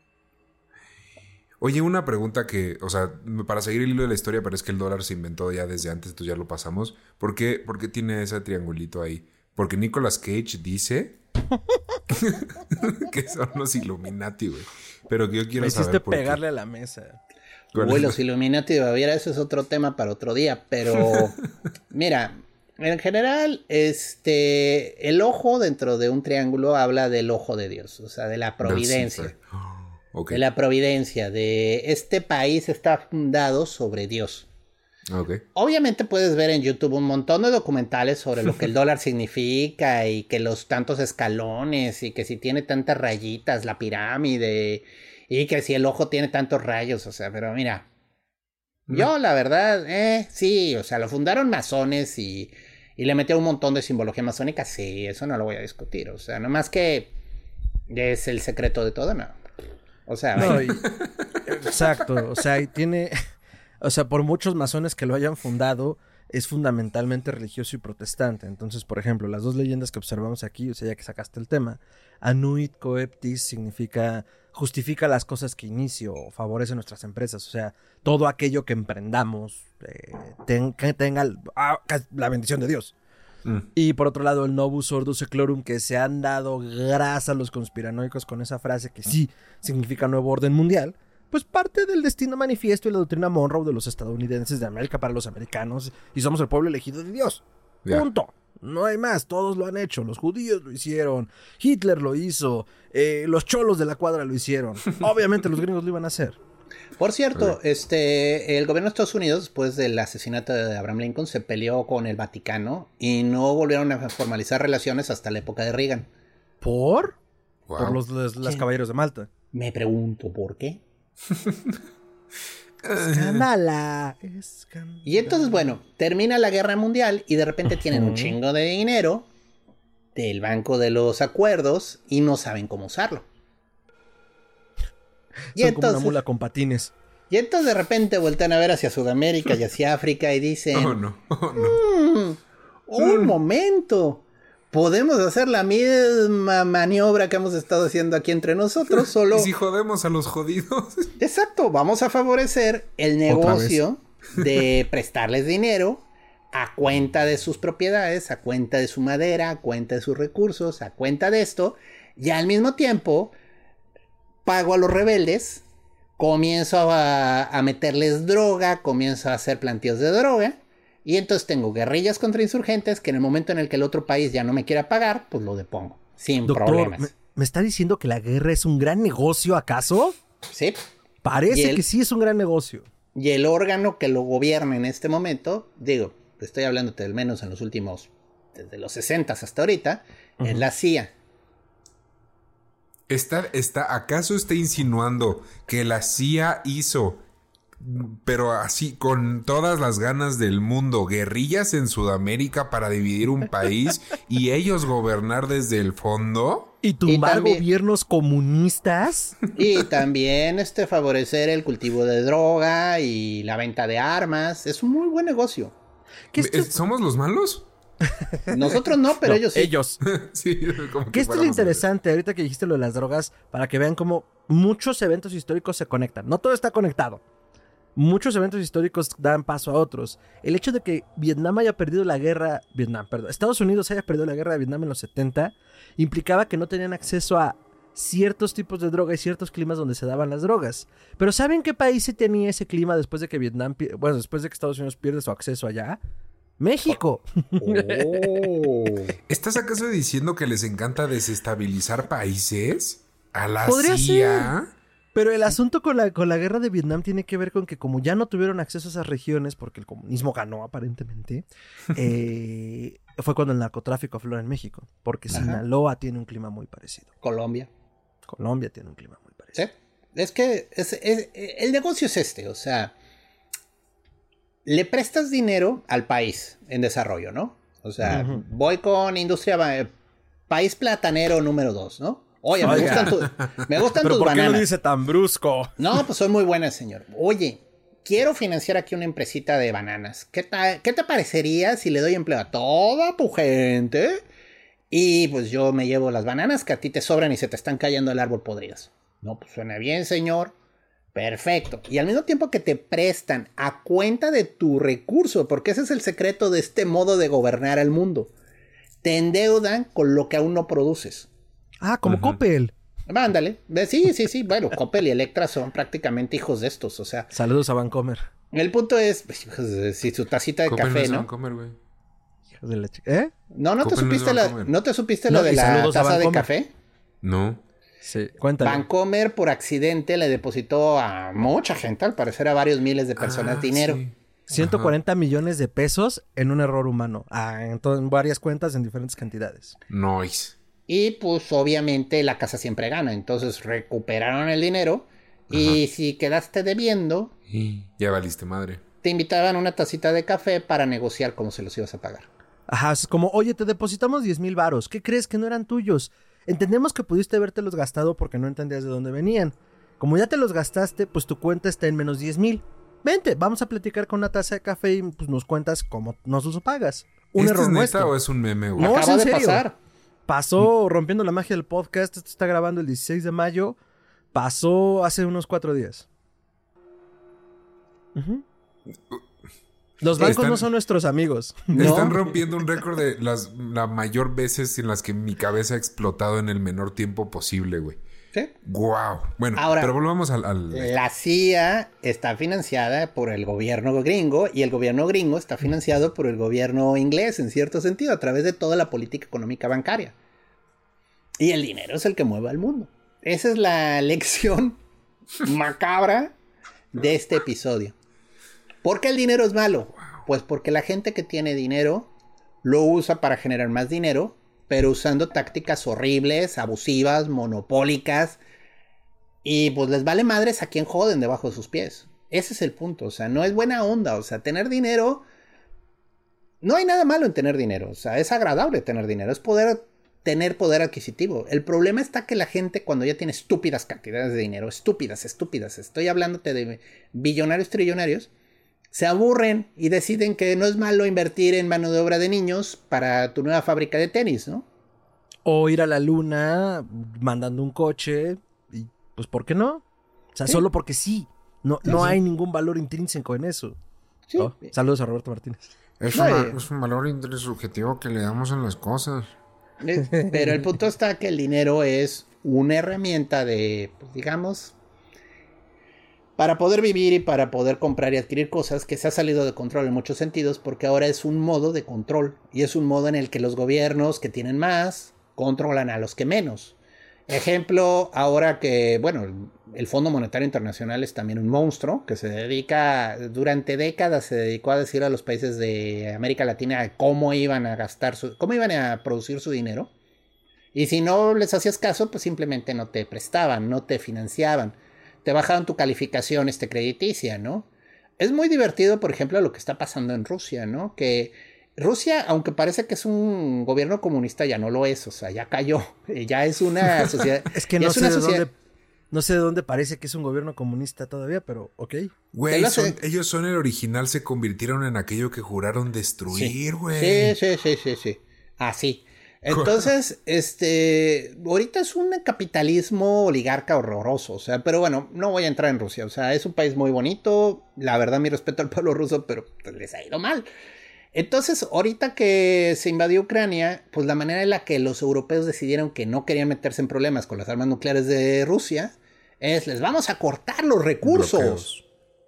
Oye, una pregunta que, o sea, para seguir el hilo de la historia, pero es que el dólar se inventó ya desde antes, entonces ya lo pasamos. ¿Por qué, por qué tiene ese triangulito ahí? Porque Nicolas Cage dice que son los Illuminati, güey. Pero que yo quiero Me hiciste saber por qué. pegarle a la mesa. ¿Cuál Uy, es? los Illuminati de Baviera, eso es otro tema para otro día, pero mira, en general, este, el ojo dentro de un triángulo habla del ojo de Dios, o sea, de la providencia. Lucifer. Ok. De la providencia, de este país está fundado sobre Dios. Ok. Obviamente puedes ver en YouTube un montón de documentales sobre lo que el dólar significa y que los tantos escalones y que si tiene tantas rayitas la pirámide y que si el ojo tiene tantos rayos, o sea, pero mira, yo la verdad, eh, sí, o sea, lo fundaron masones y, y le metieron un montón de simbología masónica, sí, eso no lo voy a discutir, o sea, nomás que es el secreto de todo, no. O sea, No, vaya. y- exacto. O sea, y tiene. O sea, por muchos masones que lo hayan fundado, es fundamentalmente religioso y protestante. Entonces, por ejemplo, las dos leyendas que observamos aquí, o sea, ya que sacaste el tema, Anuit Coeptis significa justifica las cosas que inicio o favorece nuestras empresas. O sea, todo aquello que emprendamos eh, ten- que tenga el- ah, la bendición de Dios. Mm. Y por otro lado, el Novus Ordo Seclorum, que se han dado grasa a los conspiranoicos con esa frase que sí significa nuevo orden mundial, pues parte del destino manifiesto y la doctrina Monroe de los estadounidenses de América para los americanos, y somos el pueblo elegido de Dios. Ya. Punto. No hay más, todos lo han hecho. Los judíos lo hicieron, Hitler lo hizo, eh, los cholos de la cuadra lo hicieron. Obviamente los gringos lo iban a hacer. Por cierto, este, el gobierno de Estados Unidos, después del asesinato de Abraham Lincoln, se peleó con el Vaticano y no volvieron a formalizar relaciones hasta la época de Reagan. ¿Por? Wow. Por los, los- las ¿Quién? caballeros de Malta. Me pregunto por qué. Escándala. Escándala. Y entonces, bueno, termina la guerra mundial y de repente tienen un chingo de dinero del Banco de los Acuerdos y no saben cómo usarlo. Y Son entonces, como una mula con patines. Y entonces de repente voltean a ver hacia Sudamérica y hacia África y dicen... Oh, no. Oh, no. Mm, un mm. momento. Podemos hacer la misma maniobra que hemos estado haciendo aquí entre nosotros, solo... ¿Y si jodemos a los jodidos? Exacto. Vamos a favorecer el negocio de prestarles dinero a cuenta de sus propiedades, a cuenta de su madera, a cuenta de sus recursos, a cuenta de esto. Y al mismo tiempo... pago a los rebeldes, comienzo a, a meterles droga, comienzo a hacer plantíos de droga, y entonces tengo guerrillas contra insurgentes que en el momento en el que el otro país ya no me quiera pagar, pues lo depongo, sin Doctor, problemas. ¿me, ¿me está diciendo que la guerra es un gran negocio, acaso? Sí. Parece el, que sí es un gran negocio. Y el órgano que lo gobierna en este momento, digo, estoy hablándote al menos en los últimos, desde los sesentas hasta ahorita, uh-huh. es la C I A. Está, está, ¿acaso está insinuando que la C I A hizo, pero así, con todas las ganas del mundo, guerrillas en Sudamérica para dividir un país y ellos gobernar desde el fondo? ¿Y tumbar y también, gobiernos comunistas? Y también este, favorecer el cultivo de droga y la venta de armas. Es un muy buen negocio. ¿Qué es ¿Somos los malos? Nosotros no, pero no, ellos sí. Ellos. Sí, como que esto es lo interesante, ahorita que dijiste lo de las drogas, para que vean cómo muchos eventos históricos se conectan. No todo está conectado. Muchos eventos históricos dan paso a otros. El hecho de que Vietnam haya perdido la guerra... Vietnam, perdón. Estados Unidos haya perdido la guerra de Vietnam en los setenta, implicaba que no tenían acceso a ciertos tipos de droga y ciertos climas donde se daban las drogas. Pero ¿saben qué país se tenía ese clima después de que Vietnam... Bueno, después de que Estados Unidos pierde su acceso allá? ¡México! Oh. ¿Estás acaso diciendo que les encanta desestabilizar países? ¿A la ¿Podría C I A? Ser? Pero el asunto con la, con la guerra de Vietnam tiene que ver con que como ya no tuvieron acceso a esas regiones, porque el comunismo ganó aparentemente, eh, fue cuando el narcotráfico aflora en México. Porque Ajá. Sinaloa tiene un clima muy parecido. Colombia. Colombia tiene un clima muy parecido. Sí. Es que es, es, el negocio es este, o sea... Le prestas dinero al país en desarrollo, ¿no? O sea, uh-huh. voy con industria... Eh, país platanero número dos, ¿no? Oye, me Oiga. gustan, tu, me gustan ¿Pero tus por bananas. ¿Por qué lo dice tan brusco? No, pues son muy buenas, señor. Oye, quiero financiar aquí una empresita de bananas. ¿Qué, ta- ¿Qué te parecería si le doy empleo a toda tu gente? Y pues yo me llevo las bananas que a ti te sobran y se te están cayendo del árbol podridas. No, pues suena bien, señor. Perfecto. Y al mismo tiempo que te prestan a cuenta de tu recurso, porque ese es el secreto de este modo de gobernar al mundo. Te endeudan con lo que aún no produces. Ah, como uh-huh. Coppel. Ándale. Sí, sí, sí. Bueno, Coppel y Electra son prácticamente hijos de estos, o sea. Saludos a Vancomer. El punto es, si su tacita de Coppel café, no es ¿no? Vancomer, güey. Hijos de la chica. ¿Eh? No, no Coppel te supiste no la, ¿no te supiste no, lo de la taza de café? No. Sí, cuéntame. Vancomer por accidente le depositó a mucha gente, al parecer a varios miles de personas, ah, dinero. Sí. ciento cuarenta Ajá. millones de pesos en un error humano. Ah, en, to- en varias cuentas en diferentes cantidades. Nice. Y pues obviamente la casa siempre gana. Entonces recuperaron el dinero. Ajá. Y si quedaste debiendo... Ya valiste madre. Te invitaban a una tacita de café para negociar cómo se los ibas a pagar. Ajá, es como, oye, te depositamos diez mil varos. ¿Qué crees? Que no eran tuyos. Entendemos que pudiste habértelos gastado porque no entendías de dónde venían. Como ya te los gastaste, pues tu cuenta está en menos diez mil. Vente, vamos a platicar con una taza de café y pues nos cuentas cómo nos los pagas. Un ¿Este error es neta nuestro. o es un meme, güey? No, Acaba es en de serio. pasar. Pasó rompiendo la magia del podcast. Esto está grabando el dieciséis de mayo. Pasó hace unos cuatro días. Uh-huh. Los bancos están, no son nuestros amigos. Están ¿No? rompiendo un récord de las la mayor veces en las que mi cabeza ha explotado en el menor tiempo posible, güey. ¿Sí? Wow. Bueno, ahora, pero volvamos al, al... La C I A está financiada por el gobierno gringo y el gobierno gringo está financiado por el gobierno inglés, en cierto sentido, a través de toda la política económica bancaria. Y el dinero es el que mueve al mundo. Esa es la lección macabra de este episodio. ¿Por qué el dinero es malo? Pues porque la gente que tiene dinero lo usa para generar más dinero, pero usando tácticas horribles, abusivas, monopólicas, Y pues les vale madres a quien joden debajo de sus pies. Ese es el punto, o sea, no es buena onda, o sea, tener dinero... No hay nada malo en tener dinero, o sea, es agradable tener dinero, es poder tener poder adquisitivo. El problema está que la gente cuando ya tiene estúpidas cantidades de dinero, estúpidas, estúpidas, estoy hablándote de billonarios, trillonarios, se aburren y deciden que no es malo invertir en mano de obra de niños para tu nueva fábrica de tenis, ¿no? O ir a la luna mandando un coche y pues ¿por qué no? O sea, ¿sí? Solo porque sí. No, sí, no sí. hay ningún valor intrínseco en eso. Sí. Oh, saludos a Roberto Martínez. Es, no, una, es un valor intersubjetivo que le damos en las cosas. Pero el punto está que el dinero es una herramienta de, pues, digamos, para poder vivir y para poder comprar y adquirir cosas que se ha salido de control en muchos sentidos, porque ahora es un modo de control y es un modo en el que los gobiernos que tienen más controlan a los que menos. Ejemplo, ahora que, bueno, el Fondo Monetario Internacional es también un monstruo que se dedica, durante décadas se dedicó a decir a los países de América Latina cómo iban a gastar, su, cómo iban a producir su dinero. Y si no les hacías caso, pues simplemente no te prestaban, no te financiaban. Te bajaban tu calificación este, crediticia, ¿no? Es muy divertido, por ejemplo, lo que está pasando en Rusia, ¿no? Que Rusia, aunque parece que es un gobierno comunista, ya no lo es, o sea, ya cayó, ya es una sociedad. Es que no sé, de sociedad... dónde, no sé de dónde parece que es un gobierno comunista todavía, pero ok. Güey, son, ellos son el original, se convirtieron en aquello que juraron destruir, güey. Sí, sí, sí, sí, sí, así. Entonces, este, ahorita es un capitalismo oligarca horroroso, o sea, pero bueno, no voy a entrar en Rusia, o sea, es un país muy bonito, la verdad, mi respeto al pueblo ruso, pero pues, les ha ido mal. Entonces, ahorita que se invadió Ucrania, pues la manera en la que los europeos decidieron que no querían meterse en problemas con las armas nucleares de Rusia es, les vamos a cortar los recursos. Bloqueos.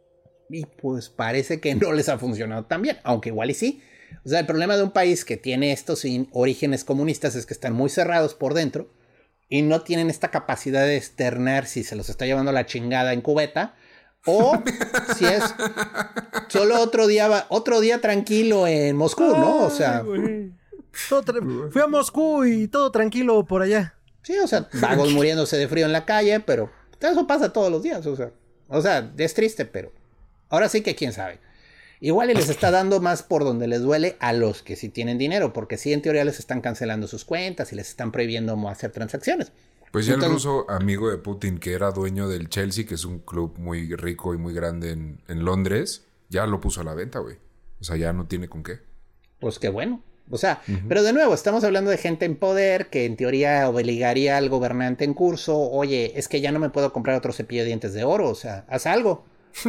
Y pues parece que no les ha funcionado tan bien, aunque igual y sí. O sea, el problema de un país que tiene estos orígenes comunistas es que están muy cerrados por dentro y no tienen esta capacidad de externar si se los está llevando la chingada en cubeta. O si es solo otro día, otro día tranquilo en Moscú, ¿no? O sea, todo tra- fui a Moscú y todo tranquilo por allá. Sí, o sea, vagos muriéndose de frío en la calle, pero eso pasa todos los días, o sea, o sea, es triste, pero ahora sí que quién sabe. Igual y les está dando más por donde les duele a los que sí tienen dinero, porque sí en teoría les están cancelando sus cuentas y les están prohibiendo hacer transacciones. Pues ya Entonces, el ruso amigo de Putin, que era dueño del Chelsea, que es un club muy rico y muy grande en, en Londres, ya lo puso a la venta, güey. O sea, ya no tiene con qué. Pues qué bueno. O sea, uh-huh. Pero de nuevo, estamos hablando de gente en poder que en teoría obligaría al gobernante en curso, oye, es que ya no me puedo comprar otro cepillo de dientes de oro, o sea, haz algo.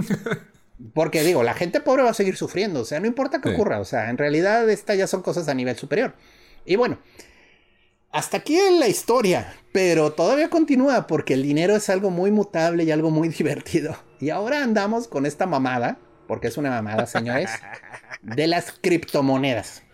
Porque digo, la gente pobre va a seguir sufriendo, o sea, no importa qué sí. ocurra, o sea, en realidad estas ya son cosas a nivel superior. Y bueno, hasta aquí en la historia, pero todavía continúa porque el dinero es algo muy mutable y algo muy divertido. Y ahora andamos con esta mamada, porque es una mamada, señores, de las criptomonedas.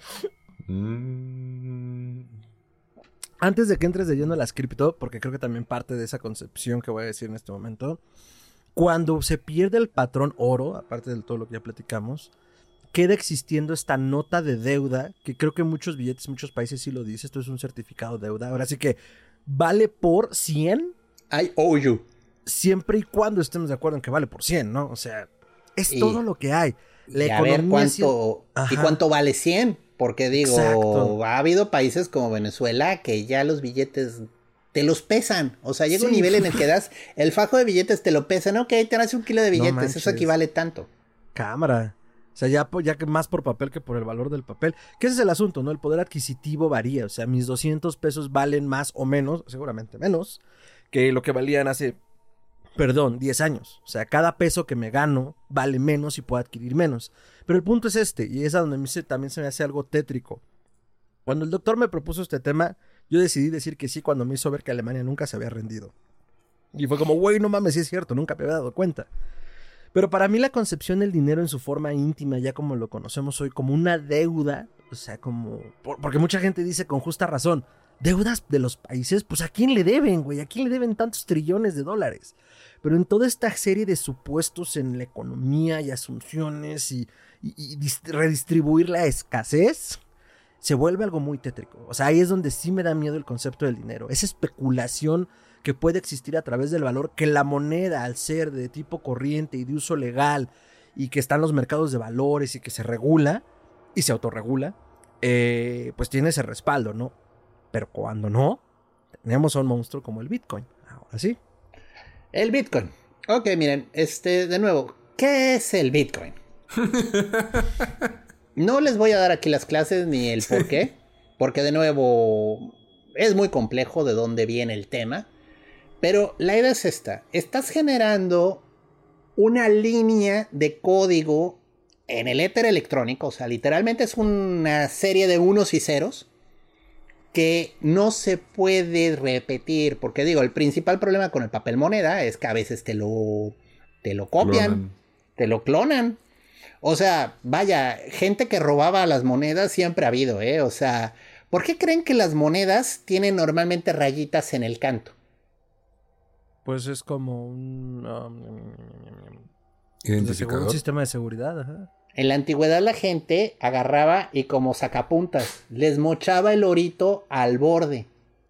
Mm. Antes de que entres de lleno a las cripto, porque creo que también parte de esa concepción que voy a decir en este momento, cuando se pierde el patrón oro, aparte de todo lo que ya platicamos, queda existiendo esta nota de deuda, que creo que muchos billetes, muchos países sí lo dicen, esto es un certificado de deuda, ahora sí que vale por cien. I owe you. Siempre y cuando estemos de acuerdo en que vale por cien, ¿no? O sea, es y, todo lo que hay. La y economía a ver cuánto, ¿y cuánto vale cien? Porque digo, Exacto. ha habido países como Venezuela que ya los billetes te los pesan. O sea, llega sí. un nivel en el que das el fajo de billetes, te lo pesan. Ok, te das un kilo de billetes, no eso equivale tanto. Cámara. O sea, ya, ya que más por papel que por el valor del papel. Que ese es el asunto, ¿no? El poder adquisitivo varía. O sea, mis doscientos pesos valen más o menos, seguramente menos, que lo que valían hace, perdón, diez años. O sea, cada peso que me gano vale menos y puedo adquirir menos. Pero el punto es este, y es a donde a mí se, también se me hace algo tétrico. Cuando el doctor me propuso este tema, yo decidí decir que sí cuando me hizo ver que Alemania nunca se había rendido. Y fue como, güey, no mames, sí es cierto, nunca me había dado cuenta. Pero para mí la concepción del dinero en su forma íntima, ya como lo conocemos hoy, como una deuda, o sea, como... Por, porque mucha gente dice con justa razón, deudas de los países, pues ¿a quién le deben, güey? ¿A quién le deben tantos trillones de dólares? Pero en toda esta serie de supuestos en la economía y asunciones y, y, y dist- redistribuir la escasez, se vuelve algo muy tétrico. O sea, ahí es donde sí me da miedo el concepto del dinero. Esa especulación que puede existir a través del valor, que la moneda, al ser de tipo corriente y de uso legal, y que está en los mercados de valores y que se regula y se autorregula, eh, pues tiene ese respaldo, ¿no? Pero cuando no, tenemos a un monstruo como el Bitcoin. Ahora sí. El Bitcoin. Ok, miren, este, de nuevo, ¿qué es el Bitcoin? No les voy a dar aquí las clases ni el por qué, porque de nuevo es muy complejo de dónde viene el tema, pero la idea es esta. Estás generando una línea de código en el éter electrónico, o sea, literalmente es una serie de unos y ceros que no se puede repetir, porque digo, el principal problema con el papel moneda es que a veces te lo, te lo copian, clonan. te lo clonan. O sea, vaya, gente que robaba las monedas siempre ha habido, ¿eh? O sea, ¿por qué creen que las monedas tienen normalmente rayitas en el canto? Pues es como un... Um, ¿Identificador? Un sistema de seguridad, ajá. En la antigüedad la gente agarraba y como sacapuntas les mochaba el orito al borde.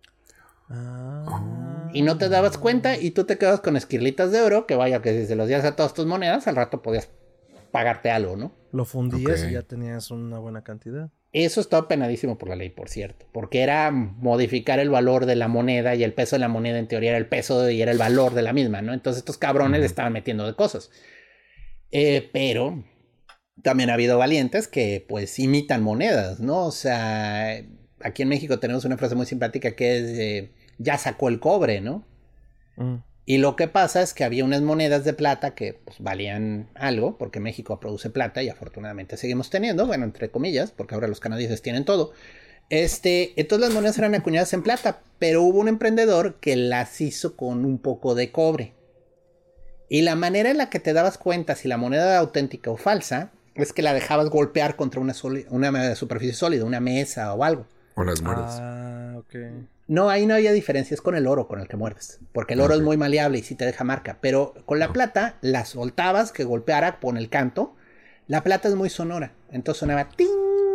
Ah. Y no te dabas cuenta y tú te quedabas con esquirlitas de oro, que vaya que si se los días a todas tus monedas, al rato podías pagarte algo, ¿no? Lo fundías Okay. y ya tenías una buena cantidad. Eso estaba penadísimo por la ley, por cierto, porque era modificar el valor de la moneda y el peso de la moneda en teoría era el peso de, y era el valor de la misma, ¿no? Entonces estos cabrones le estaban metiendo de cosas. Eh, pero también ha habido valientes que pues imitan monedas, ¿no? O sea, aquí en México tenemos una frase muy simpática que es eh, ya sacó el cobre, ¿no? Mm. Y lo que pasa es que había unas monedas de plata que pues, valían algo, porque México produce plata y afortunadamente seguimos teniendo, bueno, entre comillas, porque ahora los canadienses tienen todo. Este, entonces las monedas eran acuñadas en plata, pero hubo un emprendedor que las hizo con un poco de cobre. Y la manera en la que te dabas cuenta si la moneda era auténtica o falsa es que la dejabas golpear contra una, soli- una superficie sólida, una mesa o algo. O las muerdes. Ah, ok. No, ahí no había diferencias con el oro con el que muerdes. Porque el oro Ok. es muy maleable y sí te deja marca. Pero con la plata, la soltabas que golpeara con el canto. La plata es muy sonora. Entonces sonaba ¡ting!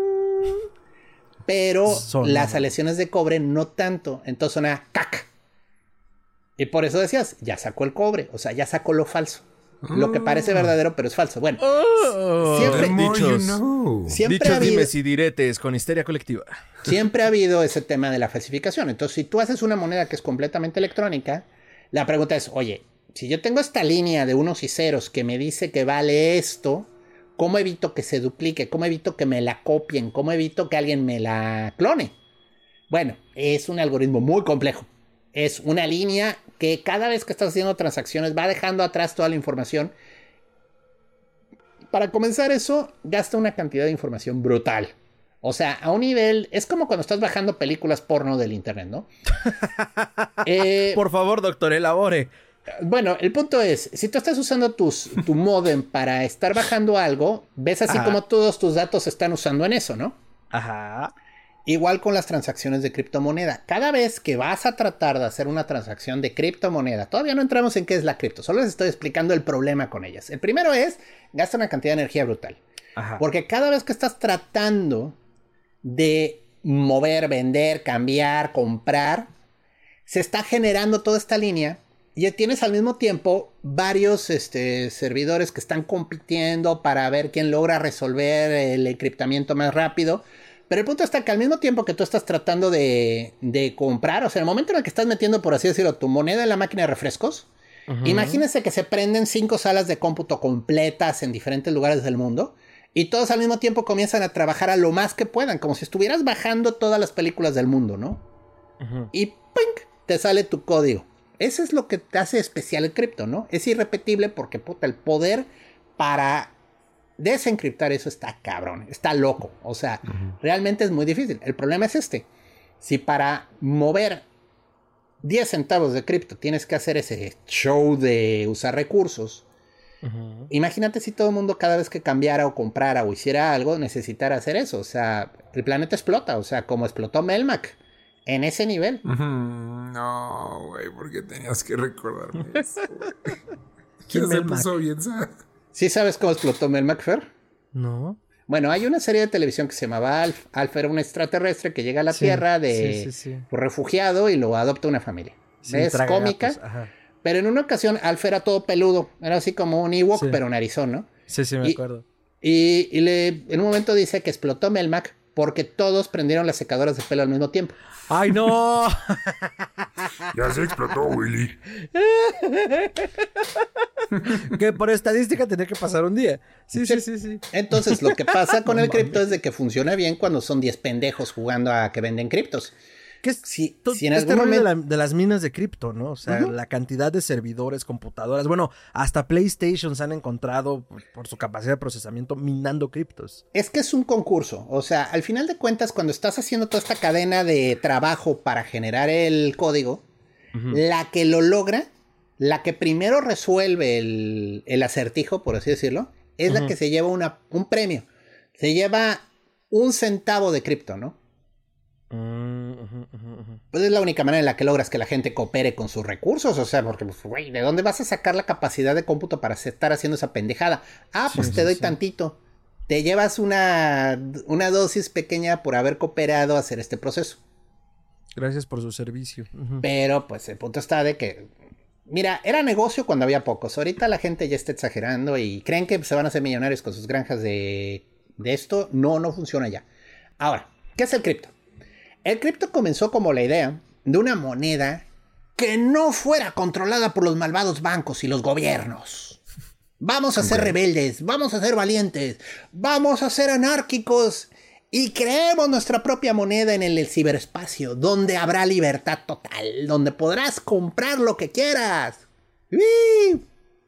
Pero Sonora. las aleaciones de cobre no tanto. Entonces sonaba ¡cac! Y por eso decías, ya sacó el cobre. O sea, ya sacó lo falso. Lo que parece verdadero, pero es falso. Bueno, Oh, siempre- The more you dichos, know. siempre dichos ha habido... dimes y diretes con histeria colectiva. Siempre ha habido ese tema de la falsificación. Entonces, si tú haces una moneda que es completamente electrónica, la pregunta es, oye, si yo tengo esta línea de unos y ceros que me dice que vale esto, ¿cómo evito que se duplique? ¿Cómo evito que me la copien? ¿Cómo evito que alguien me la clone? Bueno, es un algoritmo muy complejo. Es una línea que cada vez que estás haciendo transacciones va dejando atrás toda la información. Para comenzar eso, gasta una cantidad de información brutal. O sea, a un nivel... Es como cuando estás bajando películas porno del internet, ¿no? eh, Por favor, doctor, elabore. bueno, el punto es, si tú estás usando tus, tu modem para estar bajando algo, ves así Ajá. como todos tus datos se están usando en eso, ¿no? Ajá. Igual con las transacciones de criptomoneda. Cada vez que vas a tratar de hacer una transacción de criptomoneda, todavía no entramos en qué es la cripto, solo les estoy explicando el problema con ellas. El primero es, gasta una cantidad de energía brutal. Ajá. Porque cada vez que estás tratando de mover, vender, cambiar, comprar, se está generando toda esta línea y tienes al mismo tiempo varios este, servidores que están compitiendo para ver quién logra resolver el encriptamiento más rápido. Pero el punto está que al mismo tiempo que tú estás tratando de, de comprar, o sea, en el momento en el que estás metiendo, por así decirlo, tu moneda en la máquina de refrescos, uh-huh. Imagínense que se prenden cinco salas de cómputo completas en diferentes lugares del mundo y todos al mismo tiempo comienzan a trabajar a lo más que puedan, como si estuvieras bajando todas las películas del mundo, ¿no? Uh-huh. Y ¡ping! Te sale tu código. Eso es lo que te hace especial el cripto, ¿no? Es irrepetible porque, puta, el poder para desencriptar eso está cabrón, está loco. O sea, uh-huh. Realmente es muy difícil. El problema es este. Si para mover diez centavos de cripto tienes que hacer ese show de usar recursos, uh-huh. Imagínate si todo el mundo cada vez que cambiara o comprara o hiciera algo necesitara hacer eso. O sea, el planeta explota. O sea, como explotó Melmac. En ese nivel. Uh-huh. No, güey, ¿por qué tenías que recordarme eso, güey? ¿Quién se puso bien? ¿Sí sabes cómo explotó Melmac, Fer? No. Bueno, hay una serie de televisión que se llamaba Alf. Alf era un extraterrestre que llega a la sí, Tierra de sí, sí, sí. refugiado y lo adopta una familia. Sí, es cómica. Gatos, pero en una ocasión Alf era todo peludo. Era así como un Ewok, sí. pero narizón, ¿no? Sí, sí, me y, acuerdo. Y, y le, en un momento dice que explotó Melmac porque todos prendieron las secadoras de pelo al mismo tiempo. ¡Ay, no! Ya se explotó, Willy. Que por estadística tenía que pasar un día. Sí, sí, sí, sí. Entonces, lo que pasa con no, el cripto es de que funciona bien cuando son diez pendejos jugando a que venden criptos. Que es si, si en este algún momento... de, la, de las minas de cripto, ¿no? O sea, uh-huh. la cantidad de servidores, computadoras. Bueno, hasta PlayStation se han encontrado por, por su capacidad de procesamiento minando criptos. Es que es un concurso. O sea, al final de cuentas, cuando estás haciendo toda esta cadena de trabajo para generar el código, uh-huh. la que lo logra, la que primero resuelve el, el acertijo, por así decirlo, es uh-huh. la que se lleva una, un premio. Se lleva un centavo de cripto, ¿no? Pues es la única manera en la que logras que la gente coopere con sus recursos. O sea, porque, güey, ¿de dónde vas a sacar la capacidad de cómputo para estar haciendo esa pendejada? Ah, pues sí, te sí, doy sí. tantito. Te llevas una, una dosis pequeña por haber cooperado a hacer este proceso. Gracias por su servicio. Uh-huh. Pero, pues, el punto está de que... Mira, era negocio cuando había pocos. Ahorita la gente ya está exagerando y creen que se van a hacer millonarios con sus granjas de, de esto. No, no funciona ya. Ahora, ¿qué es el cripto? El cripto comenzó como la idea de una moneda que no fuera controlada por los malvados bancos y los gobiernos. Vamos a okay. ser rebeldes, vamos a ser valientes, vamos a ser anárquicos y creemos nuestra propia moneda en el, el ciberespacio, donde habrá libertad total, donde podrás comprar lo que quieras. ¡Uy!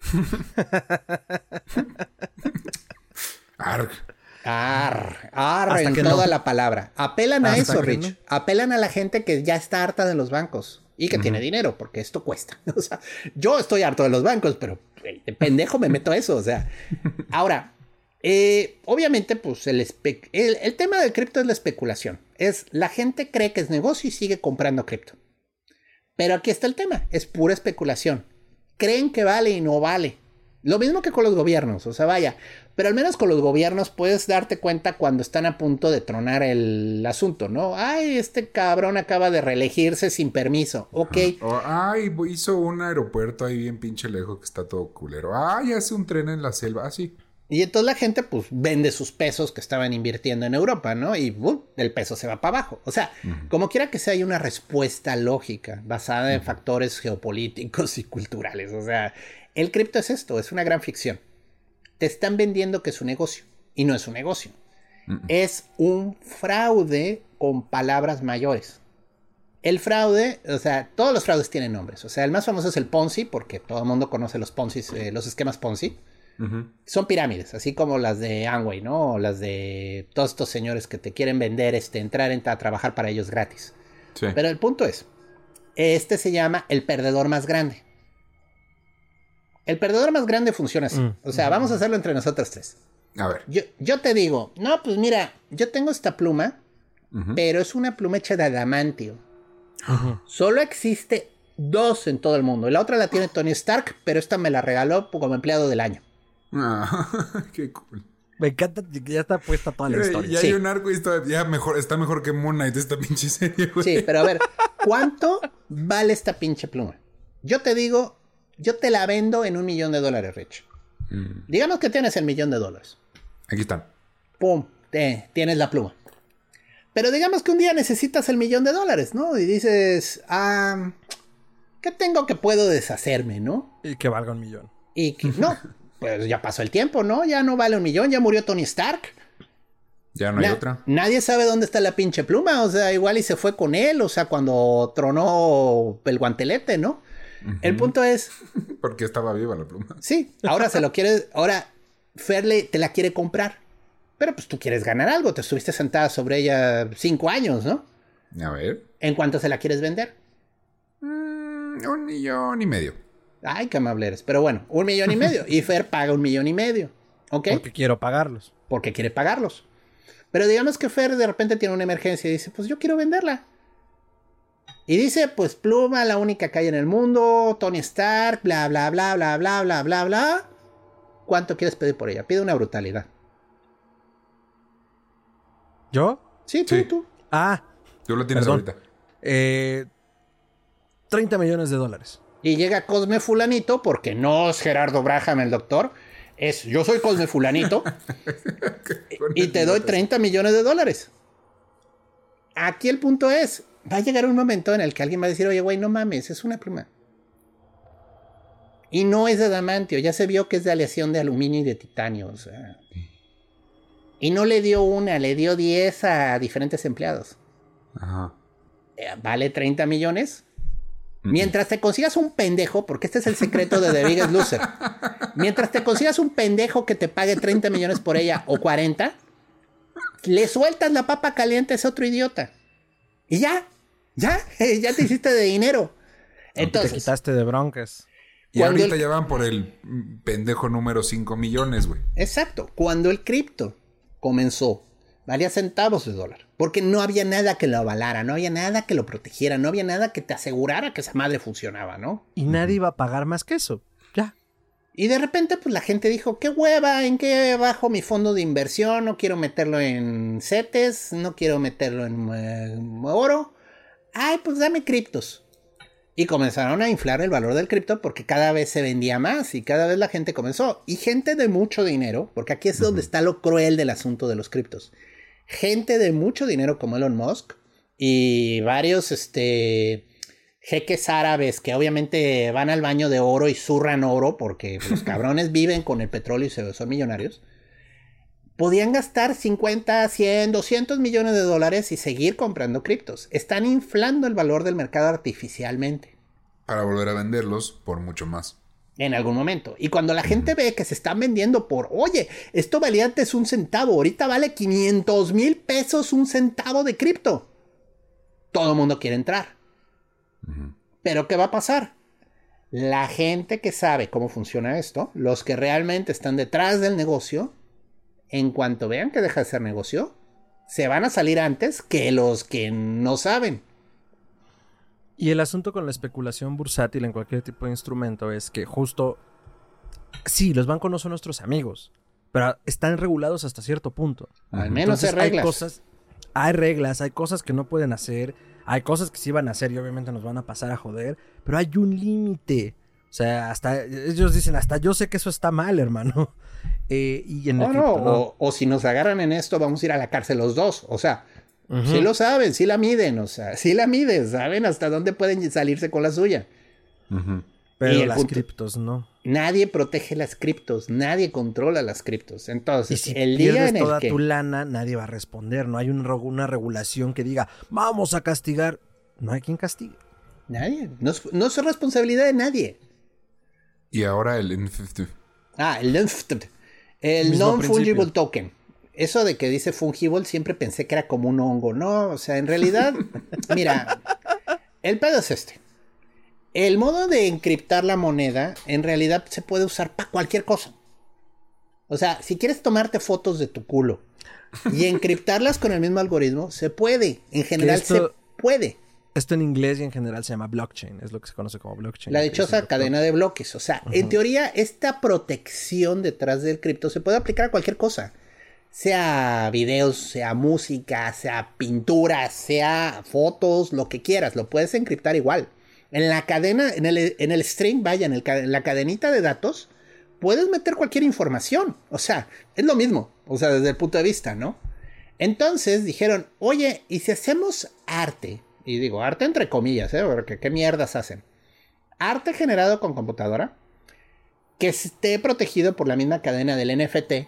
Arg. Ar, ar en toda no. la palabra. Apelan a eso, Rich. No. Apelan a la gente que ya está harta de los bancos y que uh-huh. tiene dinero, porque esto cuesta. O sea, yo estoy harto de los bancos, pero de pendejo me meto a eso. O sea, ahora, eh, obviamente, pues el, espe- el, el tema del cripto es la especulación. Es la gente cree que es negocio y sigue comprando cripto. Pero aquí está el tema: es pura especulación. Creen que vale y no vale. Lo mismo que con los gobiernos, o sea, vaya, pero al menos con los gobiernos puedes darte cuenta cuando están a punto de tronar el asunto, ¿no? Ay, este cabrón acaba de reelegirse sin permiso, ok. Oh, ay, hizo un aeropuerto ahí bien pinche lejos que está todo culero. Ay, hace un tren en la selva, así. Ah, y entonces la gente pues vende sus pesos que estaban invirtiendo en Europa, ¿no? Y uh, el peso se va para abajo. O sea, uh-huh. como quiera que sea, hay una respuesta lógica basada en uh-huh. factores geopolíticos y culturales, o sea... El cripto es esto, es una gran ficción. Te están vendiendo que es un negocio. Y no es un negocio. Mm-mm. Es un fraude con palabras mayores. El fraude, o sea, todos los fraudes tienen nombres. O sea, el más famoso es el Ponzi, porque todo el mundo conoce los Ponzi, eh, los esquemas Ponzi. Uh-huh. Son pirámides, así como las de Amway, ¿no? O las de todos estos señores que te quieren vender, este, entrar en, a trabajar para ellos gratis. Sí. Pero el punto es, este se llama el perdedor más grande. El perdedor más grande funciona así. Mm. O sea, vamos a hacerlo entre nosotros tres. A ver. Yo, yo te digo, no, pues mira, yo tengo esta pluma, uh-huh. pero es una pluma hecha de adamantio. Uh-huh. Solo existe dos en todo el mundo. Y la otra la tiene Tony Stark, pero esta me la regaló como empleado del año. Ah, qué cool. Me encanta que ya está puesta toda la historia. Ya sí. hay un arco y está, ya mejor, está mejor que Moon Knight esta pinche serie, güey. Sí, pero a ver, ¿cuánto vale esta pinche pluma? Yo te digo... Yo te la vendo en un millón de dólares, Rich. Mm. Digamos que tienes el millón de dólares. Aquí están. Pum, te, tienes la pluma. Pero digamos que un día necesitas el millón de dólares, ¿no? Y dices, ah, ¿qué tengo que puedo deshacerme, no? Y que valga un millón. Y que, no, pues ya pasó el tiempo, ¿no? Ya no vale un millón, ya murió Tony Stark. Ya no hay Na- otra. Nadie sabe dónde está la pinche pluma, o sea, igual y se fue con él, o sea, cuando tronó el guantelete, ¿no? Uh-huh. El punto es... Porque estaba viva la pluma. Sí, ahora se lo quiere... Ahora Ferle te la quiere comprar. Pero pues tú quieres ganar algo. Te estuviste sentada sobre ella cinco años, ¿no? A ver. ¿En cuánto se la quieres vender? Mm, un millón y medio. Ay, qué amable eres. Pero bueno, un millón y medio. Y Fer paga un millón y medio. ¿Ok? Porque quiero pagarlos. Porque quiere pagarlos. Pero digamos que Fer de repente tiene una emergencia y dice, pues yo quiero venderla. Y dice, pues pluma, la única que hay en el mundo, Tony Stark, bla, bla, bla, bla, bla, bla, bla, bla. ¿Cuánto quieres pedir por ella? Pide una brutalidad. ¿Yo? Sí, tú, sí. tú. Ah. Tú lo tienes perdón. ahorita. Eh, treinta millones de dólares. Y llega Cosme Fulanito, porque no es Gerardo Braham el doctor, es yo soy Cosme Fulanito, y te doy treinta millones de dólares. Aquí el punto es, va a llegar un momento en el que alguien va a decir, oye, güey, no mames, es una pluma. Y no es de adamantio, ya se vio que es de aleación de aluminio y de titanio, o sea. Y no le dio una, le dio diez a diferentes empleados. Ajá. ¿Vale treinta millones? Mientras te consigas un pendejo, porque este es el secreto de The Biggest Loser. Mientras te consigas un pendejo que te pague treinta millones por ella o cuarenta, le sueltas la papa caliente a ese otro idiota. Y ya, ya, ya te hiciste de dinero. Entonces, te quitaste de broncas. Y ahorita el... ya van por el pendejo número cinco millones, güey. Exacto. Cuando el cripto comenzó, valía centavos de dólar. Porque no había nada que lo avalara, no había nada que lo protegiera, no había nada que te asegurara que esa madre funcionaba, ¿no? Y nadie iba a pagar más que eso. Ya. Y de repente, pues la gente dijo, qué hueva, ¿en qué bajo mi fondo de inversión? No quiero meterlo en CETES, no quiero meterlo en eh, oro. Ay, pues dame criptos. Y comenzaron a inflar el valor del cripto porque cada vez se vendía más y cada vez la gente comenzó. Y gente de mucho dinero, porque aquí es uh-huh. donde está lo cruel del asunto de los criptos. Gente de mucho dinero como Elon Musk y varios este, jeques árabes que obviamente van al baño de oro y zurran oro porque los cabrones viven con el petróleo y son millonarios. Podían gastar cincuenta, cien, doscientos millones de dólares y seguir comprando criptos. Están inflando el valor del mercado artificialmente. Para volver a venderlos por mucho más. En algún momento. Y cuando la gente ve que se están vendiendo por, oye, esto valía antes un centavo, ahorita vale quinientos mil pesos un centavo de cripto. Todo el mundo quiere entrar. Uh-huh. Pero ¿qué va a pasar? La gente que sabe cómo funciona esto, los que realmente están detrás del negocio, en cuanto vean que deja de ser negocio, se van a salir antes que los que no saben. Y el asunto con la especulación bursátil en cualquier tipo de instrumento es que justo... Sí, los bancos no son nuestros amigos, pero están regulados hasta cierto punto. Al menos hay reglas. Hay cosas, hay reglas, hay cosas que no pueden hacer, hay cosas que sí van a hacer y obviamente nos van a pasar a joder, pero hay un límite. O sea, hasta ellos dicen, hasta yo sé que eso está mal, hermano. Eh, y en el oh, cripto, no, no. O, o si nos agarran en esto, vamos a ir a la cárcel los dos. O sea, uh-huh. sí lo saben, sí la miden, o sea, sí la miden, saben hasta dónde pueden salirse con la suya. Uh-huh. Pero las punto, criptos no. Nadie protege las criptos, nadie controla las criptos. Entonces, y si el día en el toda que... tu lana, nadie va a responder. No hay un, una regulación que diga, vamos a castigar. No hay quien castigue. Nadie. No es, no es responsabilidad de nadie. Y ahora el N F T. Ah, el N F T. El Non-Fungible Token. Eso de que dice fungible, siempre pensé que era como un hongo. No, o sea, en realidad, mira, el pedo es este. El modo de encriptar la moneda, en realidad se puede usar para cualquier cosa. O sea, si quieres tomarte fotos de tu culo y encriptarlas con el mismo algoritmo, se puede. En general esto, se puede. Esto en inglés y en general se llama blockchain. Es lo que se conoce como blockchain. La dichosa cadena de bloques. O sea, uh-huh. en teoría, esta protección detrás del cripto se puede aplicar a cualquier cosa. Sea videos, sea música, sea pinturas, sea fotos, lo que quieras. Lo puedes encriptar igual. En la cadena, en el, en el string, vaya, en, el, en la cadenita de datos, puedes meter cualquier información. O sea, es lo mismo. O sea, desde el punto de vista, ¿no? Entonces dijeron, oye, ¿y si hacemos arte? Y digo, arte entre comillas, ¿eh? Porque ¿qué mierdas hacen? Arte generado con computadora, que esté protegido por la misma cadena del N F T,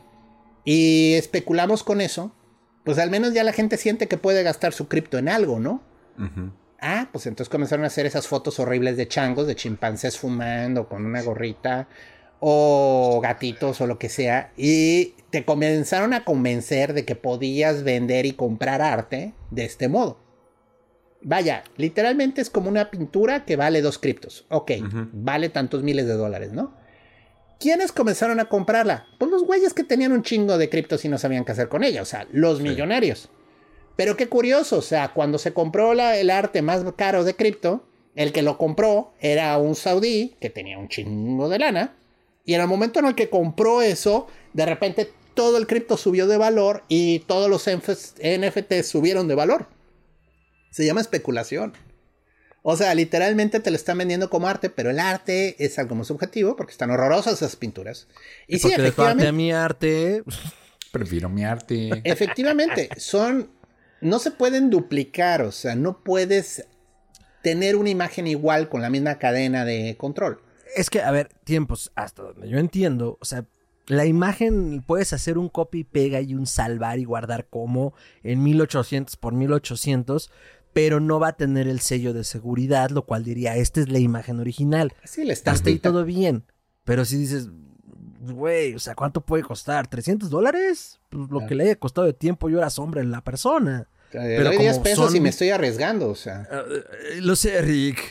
y especulamos con eso, pues al menos ya la gente siente que puede gastar su cripto en algo, ¿no? Uh-huh. Ah, pues entonces comenzaron a hacer esas fotos horribles de changos, de chimpancés fumando con una gorrita, o gatitos o lo que sea, y te comenzaron a convencer de que podías vender y comprar arte de este modo. Vaya, literalmente es como una pintura que vale dos criptos. Ok, uh-huh. vale tantos miles de dólares, ¿no? ¿Quiénes comenzaron a comprarla? Pues los güeyes que tenían un chingo de criptos y no sabían qué hacer con ella, o sea, los sí. millonarios. Pero qué curioso, o sea, cuando se compró la, el arte más caro de cripto, el que lo compró era un saudí que tenía un chingo de lana, y en el momento en el que compró eso, de repente todo el cripto subió de valor y todos los N F T subieron de valor. Se llama especulación. O sea, literalmente te lo están vendiendo como arte, pero el arte es algo muy subjetivo porque están horrorosas esas pinturas. Y, y sí, efectivamente. De mi arte. Prefiero mi arte. Efectivamente, son. No se pueden duplicar, o sea, no puedes tener una imagen igual con la misma cadena de control. Es que, a ver, tiempos, hasta donde yo entiendo, o sea, la imagen puedes hacer un copy y pega y un salvar y guardar como en mil ochocientos por mil ochocientos, pero no va a tener el sello de seguridad, lo cual diría, esta es la imagen original. Sí, le está hasta ahí todo bien, pero si dices, güey, o sea, ¿cuánto puede costar? ¿trescientos dólares? Pues lo ah. que le haya costado de tiempo y horas sombra en la persona. Le doy diez pesos son... y me estoy arriesgando, o sea. Uh, lo sé, Rick.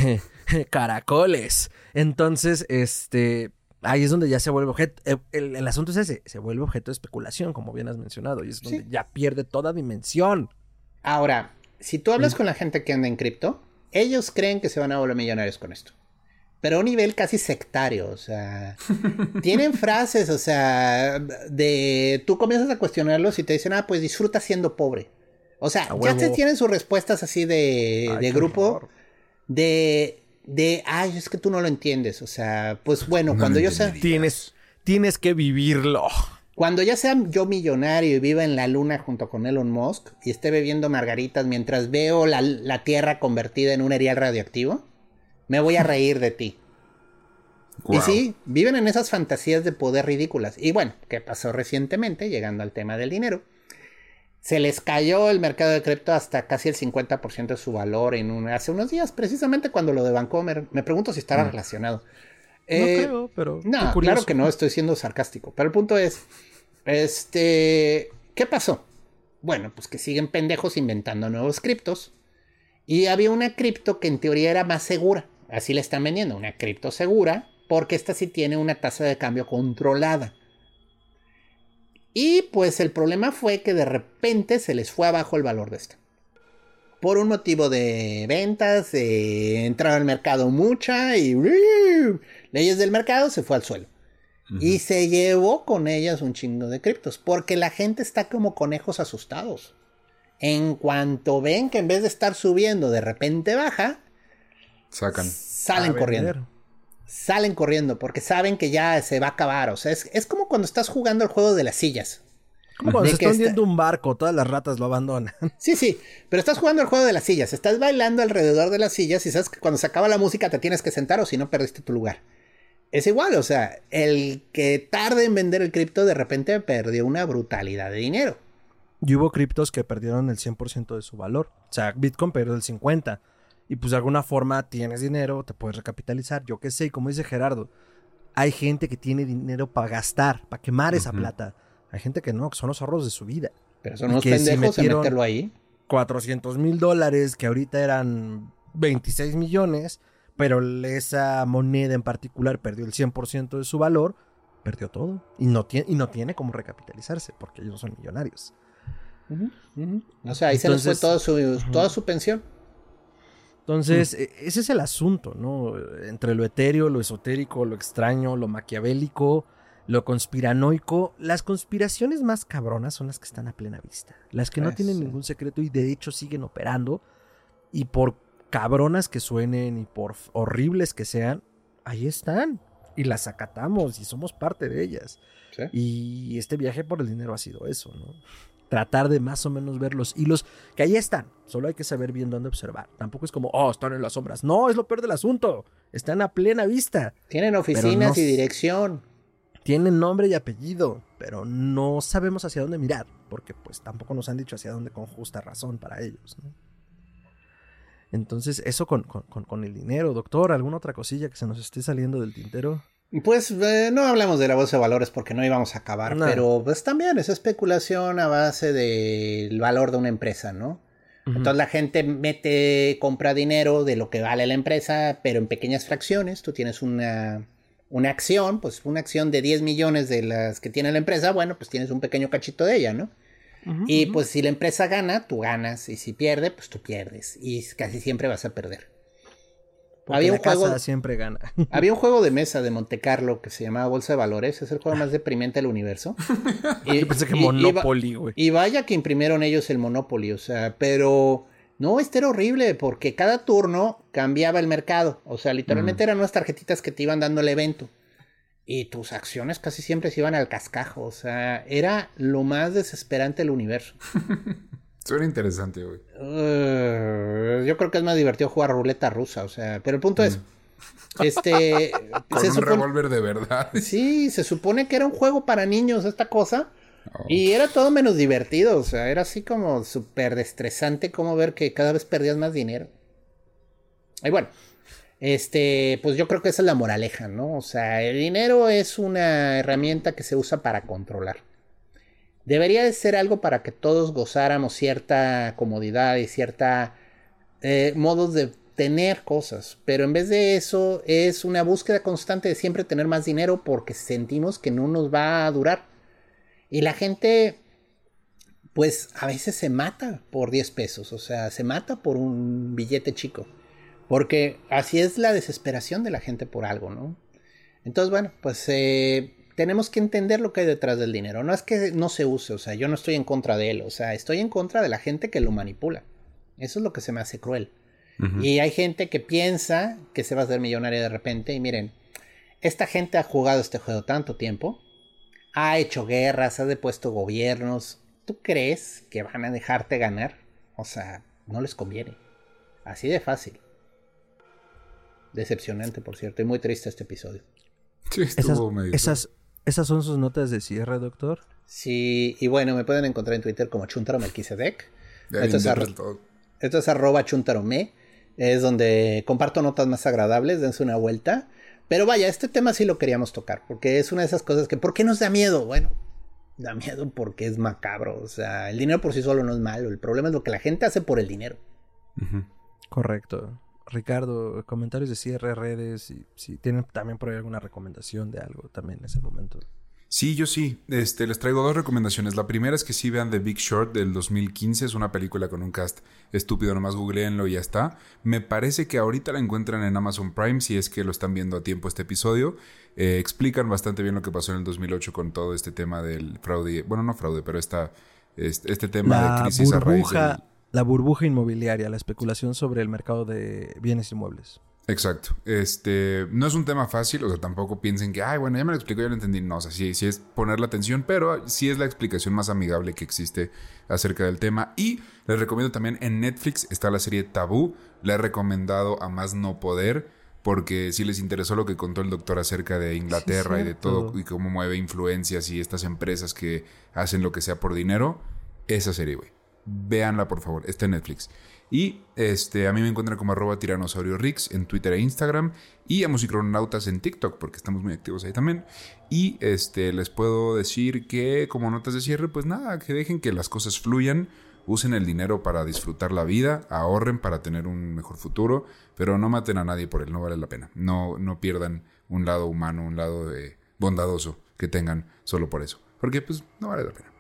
Caracoles. Entonces, este... ahí es donde ya se vuelve objeto... El, el, el asunto es ese. Se vuelve objeto de especulación, como bien has mencionado. Y es donde sí. ya pierde toda dimensión. Ahora, si tú hablas sí. con la gente que anda en cripto, ellos creen que se van a volver millonarios con esto. Pero a un nivel casi sectario, o sea... tienen frases, o sea... de... tú comienzas a cuestionarlos y te dicen, ah, pues disfruta siendo pobre. O sea, ya te tienen sus respuestas así de, ay, de grupo, horror. de, de, ay, es que tú no lo entiendes, o sea, pues bueno, no cuando yo sea... Tienes, tienes que vivirlo. Cuando ya sea yo millonario y viva en la luna junto con Elon Musk y esté bebiendo margaritas mientras veo la, la Tierra convertida en un erial radioactivo, me voy a reír de ti. Wow. Y sí, viven en esas fantasías de poder ridículas. Y bueno, ¿qué pasó recientemente? Llegando al tema del dinero. Se les cayó el mercado de cripto hasta casi el cincuenta por ciento de su valor en un, hace unos días, precisamente cuando lo de Bancomer. Me pregunto si estará mm. relacionado. Eh, no creo, pero... No, claro que no, estoy siendo sarcástico. Pero el punto es, este, ¿qué pasó? Bueno, pues que siguen pendejos inventando nuevos criptos. Y había una cripto que en teoría era más segura. Así le están vendiendo, una cripto segura, porque esta sí tiene una tasa de cambio controlada. Y pues el problema fue que de repente se les fue abajo el valor de esta. Por un motivo de ventas, de entrada al mercado mucha y ¡uh! Leyes del mercado, se fue al suelo. Uh-huh. Y se llevó con ellas un chingo de criptos, porque la gente está como conejos asustados. En cuanto ven que en vez de estar subiendo de repente baja, sacan. Salen corriendo. Salen corriendo porque saben que ya se va a acabar. O sea, es, es como cuando estás jugando el juego de las sillas. Como cuando se está hundiendo un barco, todas las ratas lo abandonan. Sí, sí, pero estás jugando el juego de las sillas. Estás bailando alrededor de las sillas y sabes que cuando se acaba la música te tienes que sentar o si no perdiste tu lugar. Es igual, o sea, el que tarde en vender el cripto de repente perdió una brutalidad de dinero. Y hubo criptos que perdieron el cien por ciento de su valor. O sea, Bitcoin perdió el cincuenta por ciento. Y pues de alguna forma tienes dinero, te puedes recapitalizar, yo qué sé, y como dice Gerardo, hay gente que tiene dinero para gastar, para quemar uh-huh. esa plata. Hay gente que no, que son los ahorros de su vida. Pero son unos pendejos si en meterlo ahí. cuatrocientos mil dólares, que ahorita eran veintiséis millones, pero esa moneda en particular perdió el cien por ciento de su valor, perdió todo. Y no tiene, y no tiene cómo recapitalizarse, porque ellos no son millonarios. Uh-huh. Uh-huh. O sea, ahí Entonces, se les fue todo su, uh-huh. toda su pensión. Entonces, mm. ese es el asunto, ¿no? Entre lo etéreo, lo esotérico, lo extraño, lo maquiavélico, lo conspiranoico. Las conspiraciones más cabronas son las que están a plena vista. Las que no Eso. tienen ningún secreto y de hecho siguen operando. Y por cabronas que suenen y por horribles que sean, ahí están. Y las acatamos y somos parte de ellas. ¿Sí? Y este viaje por el dinero ha sido eso, ¿no? Tratar de más o menos ver los hilos que ahí están. Solo hay que saber bien dónde observar. Tampoco es como, oh, están en las sombras. No, es lo peor del asunto. Están a plena vista. Tienen oficinas no, y dirección. Tienen nombre y apellido, pero no sabemos hacia dónde mirar, porque pues tampoco nos han dicho hacia dónde con justa razón para ellos, ¿no? Entonces, eso con, con, con el dinero. Doctor, ¿alguna otra cosilla que se nos esté saliendo del tintero? Pues eh, no hablamos de la bolsa de valores porque no íbamos a acabar, no. Pero pues también es especulación a base del valor de una empresa, ¿no? Uh-huh. Entonces la gente mete, compra dinero de lo que vale la empresa, pero en pequeñas fracciones. Tú tienes una, una acción, pues una acción de diez millones de las que tiene la empresa, bueno, pues tienes un pequeño cachito de ella, ¿no? Uh-huh, y uh-huh. pues si la empresa gana, tú ganas, y si pierde, pues tú pierdes, y casi siempre vas a perder. Porque había un la juego, casa siempre gana. Había un juego de mesa de Monte Carlo que se llamaba Bolsa de Valores. Es el juego más deprimente del universo. y, Yo pensé que y, Monopoly, güey. Y, y vaya que imprimieron ellos el Monopoly, o sea, pero No, este era horrible porque cada turno cambiaba el mercado. O sea, literalmente mm. eran unas tarjetitas que te iban dando el evento. Y tus acciones casi siempre se iban al cascajo. O sea, era lo más desesperante del universo. Suena interesante, güey. Uh, yo creo que es más divertido jugar ruleta rusa. O sea, pero el punto mm. es... Este... Con se un supone... revólver de verdad. Sí, se supone que era un juego para niños esta cosa. Oh. Y era todo menos divertido, o sea, era así como súper estresante como ver que cada vez perdías más dinero. Y bueno, este, pues yo creo que esa es la moraleja, ¿no? O sea, el dinero es una herramienta que se usa para controlar. Debería de ser algo para que todos gozáramos cierta comodidad y cierta eh, modos de tener cosas, pero en vez de eso es una búsqueda constante de siempre tener más dinero porque sentimos que no nos va a durar. Y la gente, pues, a veces se mata por diez pesos. O sea, se mata por un billete chico. Porque así es la desesperación de la gente por algo, ¿no? Entonces, bueno, pues eh, tenemos que entender lo que hay detrás del dinero. No es que no se use, o sea, yo no estoy en contra de él. O sea, estoy en contra de la gente que lo manipula. Eso es lo que se me hace cruel. Uh-huh. Y hay gente que piensa que se va a hacer millonaria de repente. Y miren, esta gente ha jugado este juego tanto tiempo. Ha hecho guerras, ha depuesto gobiernos. ¿Tú crees que van a dejarte ganar? O sea, no les conviene. Así de fácil. Decepcionante, por cierto. Y muy triste este episodio. Sí, estuvo esas, medio... esas, ¿Esas son sus notas de cierre, doctor? Sí, y bueno, me pueden encontrar en Twitter como Chuntaro Melquisedec. Esto es, ar... Esto es arroba chuntarome. Es donde comparto notas más agradables. Dense una vuelta. Pero vaya, este tema sí lo queríamos tocar, porque es una de esas cosas que, ¿por qué nos da miedo? Bueno, da miedo porque es macabro, o sea, el dinero por sí solo no es malo, el problema es lo que la gente hace por el dinero. Uh-huh. Correcto. Ricardo, comentarios de cierre, redes, y si tienen también por ahí alguna recomendación de algo también en ese momento. Sí, yo sí. Este, les traigo dos recomendaciones. La primera es que sí vean The Big Short del dos mil quince. Es una película con un cast estúpido. Nomás googleenlo y ya está. Me parece que ahorita la encuentran en Amazon Prime si es que lo están viendo a tiempo este episodio. Eh, explican bastante bien lo que pasó en el dos mil ocho con todo este tema del fraude. Bueno, no fraude, pero esta, este, este tema la de crisis burbuja, a raíz del... La burbuja inmobiliaria, la especulación sobre el mercado de bienes inmuebles. Exacto. Este, no es un tema fácil, o sea, tampoco piensen que, ay, bueno, ya me lo explico, ya lo entendí. No, o sea, sí, sí es ponerle atención, pero sí es la explicación más amigable que existe acerca del tema. Y les recomiendo también en Netflix está la serie Tabú. La he recomendado a más no poder, porque sí les interesó lo que contó el doctor acerca de Inglaterra sí, y de todo, y cómo mueve influencias y estas empresas que hacen lo que sea por dinero. Esa serie, güey. Véanla, por favor. Está en Netflix. Y este, a mí me encuentran como arroba tiranosaurio rix en Twitter e Instagram. Y a Musicronautas en TikTok, porque estamos muy activos ahí también. Y este, les puedo decir que como notas de cierre, pues nada, que dejen que las cosas fluyan. Usen el dinero para disfrutar la vida. Ahorren para tener un mejor futuro. Pero no maten a nadie por él, no vale la pena. No, no pierdan un lado humano, un lado eh, bondadoso que tengan solo por eso. Porque pues no vale la pena.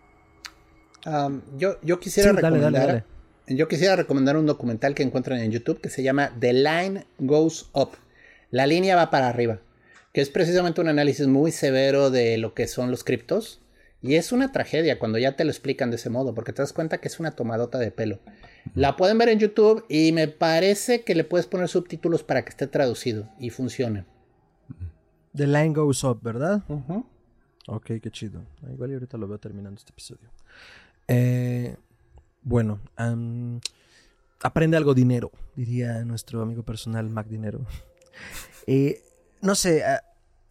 Um, yo, yo quisiera sí, recomendar... Dale, dale, dale. Yo quisiera recomendar un documental que encuentran en YouTube que se llama The Line Goes Up. La línea va para arriba. Que es precisamente un análisis muy severo de lo que son los criptos. Y es una tragedia cuando ya te lo explican de ese modo. Porque te das cuenta que es una tomadota de pelo. La pueden ver en YouTube y me parece que le puedes poner subtítulos para que esté traducido y funcione. The Line Goes Up, ¿verdad? Uh-huh. Ok, qué chido. Igual y ahorita lo veo terminando este episodio. Eh... Bueno, um, aprende algo dinero, diría nuestro amigo personal Mac Dinero. eh, no sé, a,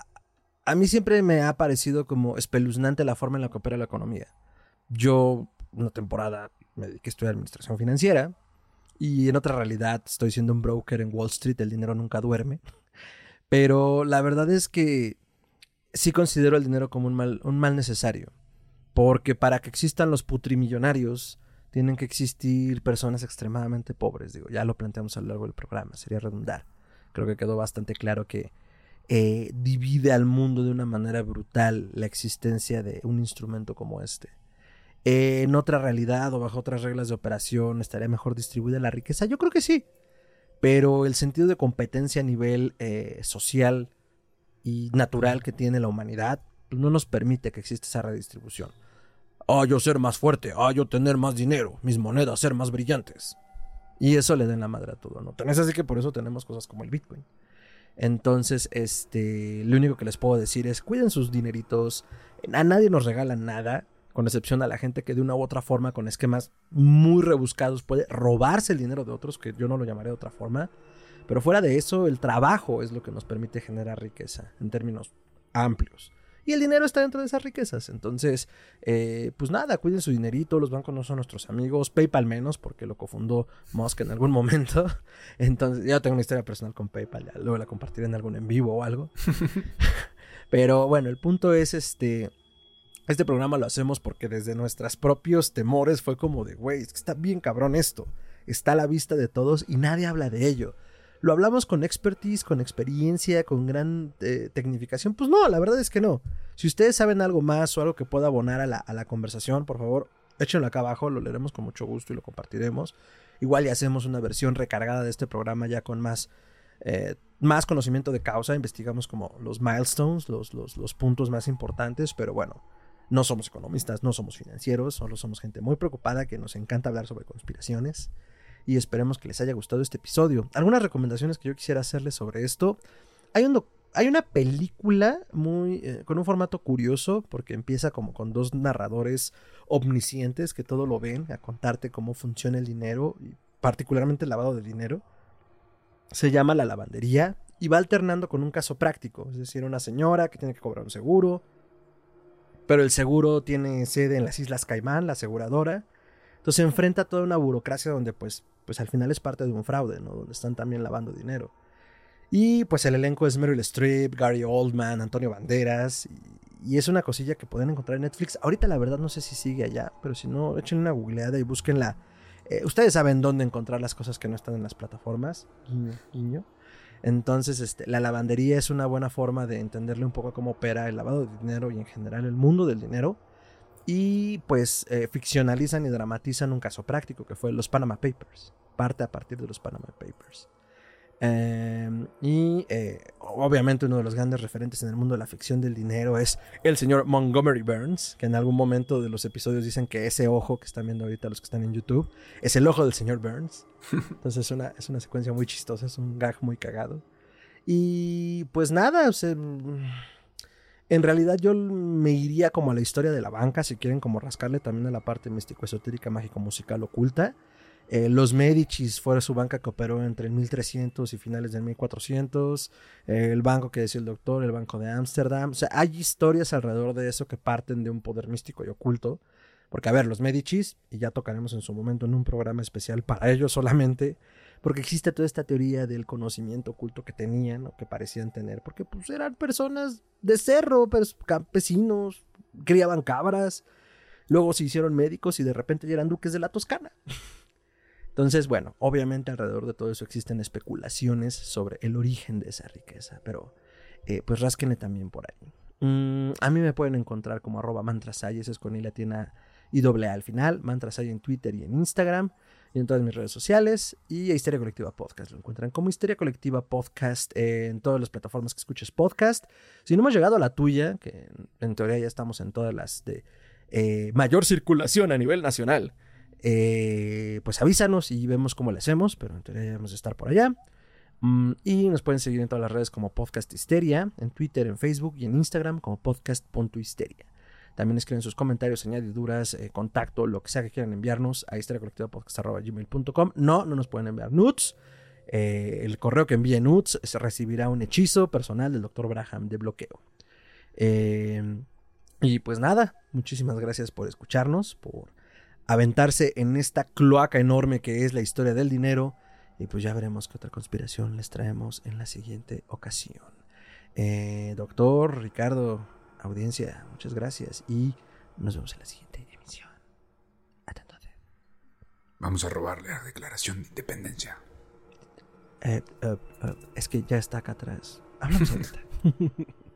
a mí siempre me ha parecido como espeluznante la forma en la que opera la economía. Yo, una temporada, me dediqué a estudiar administración financiera y en otra realidad estoy siendo un broker en Wall Street, el dinero nunca duerme. Pero la verdad es que sí considero el dinero como un mal, un mal necesario. Porque para que existan los putrimillonarios tienen que existir personas extremadamente pobres. Digo, ya lo planteamos a lo largo del programa, sería redundar. Creo que quedó bastante claro que eh, divide al mundo de una manera brutal la existencia de un instrumento como este. Eh, en otra realidad o bajo otras reglas de operación estaría mejor distribuida la riqueza. Yo creo que sí. Pero el sentido de competencia a nivel eh, social y natural que tiene la humanidad pues no nos permite que exista esa redistribución. Ah, yo ser más fuerte. Ah, yo tener más dinero. Mis monedas ser más brillantes. Y eso le da en la madre a todo, ¿no? Tan es así que por eso tenemos cosas como el Bitcoin. Entonces, este, lo único que les puedo decir es cuiden sus dineritos. A nadie nos regala nada, con excepción a la gente que de una u otra forma, con esquemas muy rebuscados, puede robarse el dinero de otros, que yo no lo llamaré de otra forma. Pero fuera de eso, el trabajo es lo que nos permite generar riqueza en términos amplios. Y el dinero está dentro de esas riquezas. Entonces, eh, pues nada, cuiden su dinerito. Los bancos no son nuestros amigos. PayPal menos, porque lo cofundó Musk en algún momento. Entonces, yo tengo una historia personal con PayPal. Ya luego la compartiré en algún en vivo o algo. Pero bueno, el punto es este... Este programa lo hacemos porque desde nuestros propios temores fue como de, güey, es que está bien cabrón esto. Está a la vista de todos y nadie habla de ello. ¿Lo hablamos con expertise, con experiencia, con gran eh, tecnificación? Pues no, la verdad es que no. Si ustedes saben algo más o algo que pueda abonar a la, a la conversación, por favor, échenlo acá abajo, lo leeremos con mucho gusto y lo compartiremos. Igual ya hacemos una versión recargada de este programa ya con más, eh, más conocimiento de causa. Investigamos como los milestones, los, los, los puntos más importantes, pero bueno, no somos economistas, no somos financieros, solo somos gente muy preocupada que nos encanta hablar sobre conspiraciones. Y esperemos que les haya gustado este episodio. Algunas recomendaciones que yo quisiera hacerles sobre esto. Hay, un doc- hay una película muy eh, con un formato curioso, porque empieza como con dos narradores omniscientes que todo lo ven, a contarte cómo funciona el dinero, y particularmente el lavado de dinero. Se llama La Lavandería y va alternando con un caso práctico. Es decir, una señora que tiene que cobrar un seguro, pero el seguro tiene sede en las Islas Caimán, la aseguradora. Entonces se enfrenta a toda una burocracia donde pues, pues al final es parte de un fraude, ¿no? Donde están también lavando dinero. Y pues el elenco es Meryl Streep, Gary Oldman, Antonio Banderas. Y, y es una cosilla que pueden encontrar en Netflix. Ahorita la verdad no sé si sigue allá, pero si no, échenle una googleada y búsquenla. Eh, ustedes saben dónde encontrar las cosas que no están en las plataformas. Guiño, guiño. Entonces, este, la lavandería es una buena forma de entenderle un poco cómo opera el lavado de dinero y en general el mundo del dinero. Y pues eh, ficcionalizan y dramatizan un caso práctico que fue los Panama Papers. Parte a partir de los Panama Papers. Eh, y eh, obviamente uno de los grandes referentes en el mundo de la ficción del dinero es el señor Montgomery Burns, que en algún momento de los episodios dicen que ese ojo que están viendo ahorita los que están en YouTube es el ojo del señor Burns. Entonces es una, es una secuencia muy chistosa, es un gag muy cagado. Y pues nada, o sea, en realidad yo me iría como a la historia de la banca, si quieren como rascarle también a la parte místico-esotérica, mágico-musical oculta. Eh, los Medicis fue su banca que operó entre el mil trescientos y finales del mil cuatrocientos. Eh, el banco que decía el doctor, el banco de Ámsterdam. O sea, hay historias alrededor de eso que parten de un poder místico y oculto. Porque, a ver, los Medicis, y ya tocaremos en su momento en un programa especial para ellos solamente, porque existe toda esta teoría del conocimiento oculto que tenían o que parecían tener, porque pues eran personas de cerro, pues, campesinos, criaban cabras, luego se hicieron médicos y de repente ya eran duques de la Toscana. Entonces, bueno, obviamente alrededor de todo eso existen especulaciones sobre el origen de esa riqueza, pero eh, pues rásquenle también por ahí. Mm, a mí me pueden encontrar como arroba mantrasay, ese es con I latina y doble A al final, mantrasay en Twitter y en Instagram y en todas mis redes sociales, y a Histeria Colectiva Podcast lo encuentran como Histeria Colectiva Podcast eh, en todas las plataformas que escuches podcast. Si no hemos llegado a la tuya, que en, en teoría ya estamos en todas las de eh, mayor circulación a nivel nacional, eh, pues avísanos y vemos cómo le hacemos, pero en teoría debemos estar por allá. Mm, y nos pueden seguir en todas las redes como Podcast Histeria, en Twitter, en Facebook y en Instagram como podcast.histeria. También escriben sus comentarios, añadiduras, eh, contacto, lo que sea que quieran enviarnos a histeriacolectivapodcast arroba gmail punto com. No, no nos pueden enviar nudes. Eh, el correo que envíe nudes se recibirá un hechizo personal del doctor Braham de bloqueo. Eh, y pues nada, muchísimas gracias por escucharnos, por aventarse en esta cloaca enorme que es la historia del dinero. Y pues ya veremos qué otra conspiración les traemos en la siguiente ocasión. Eh, doctor, Ricardo, audiencia, muchas gracias y nos vemos en la siguiente emisión. Hasta entonces. Vamos a robarle la declaración de independencia. Eh, uh, uh, es que ya está acá atrás. Hablamos ahorita.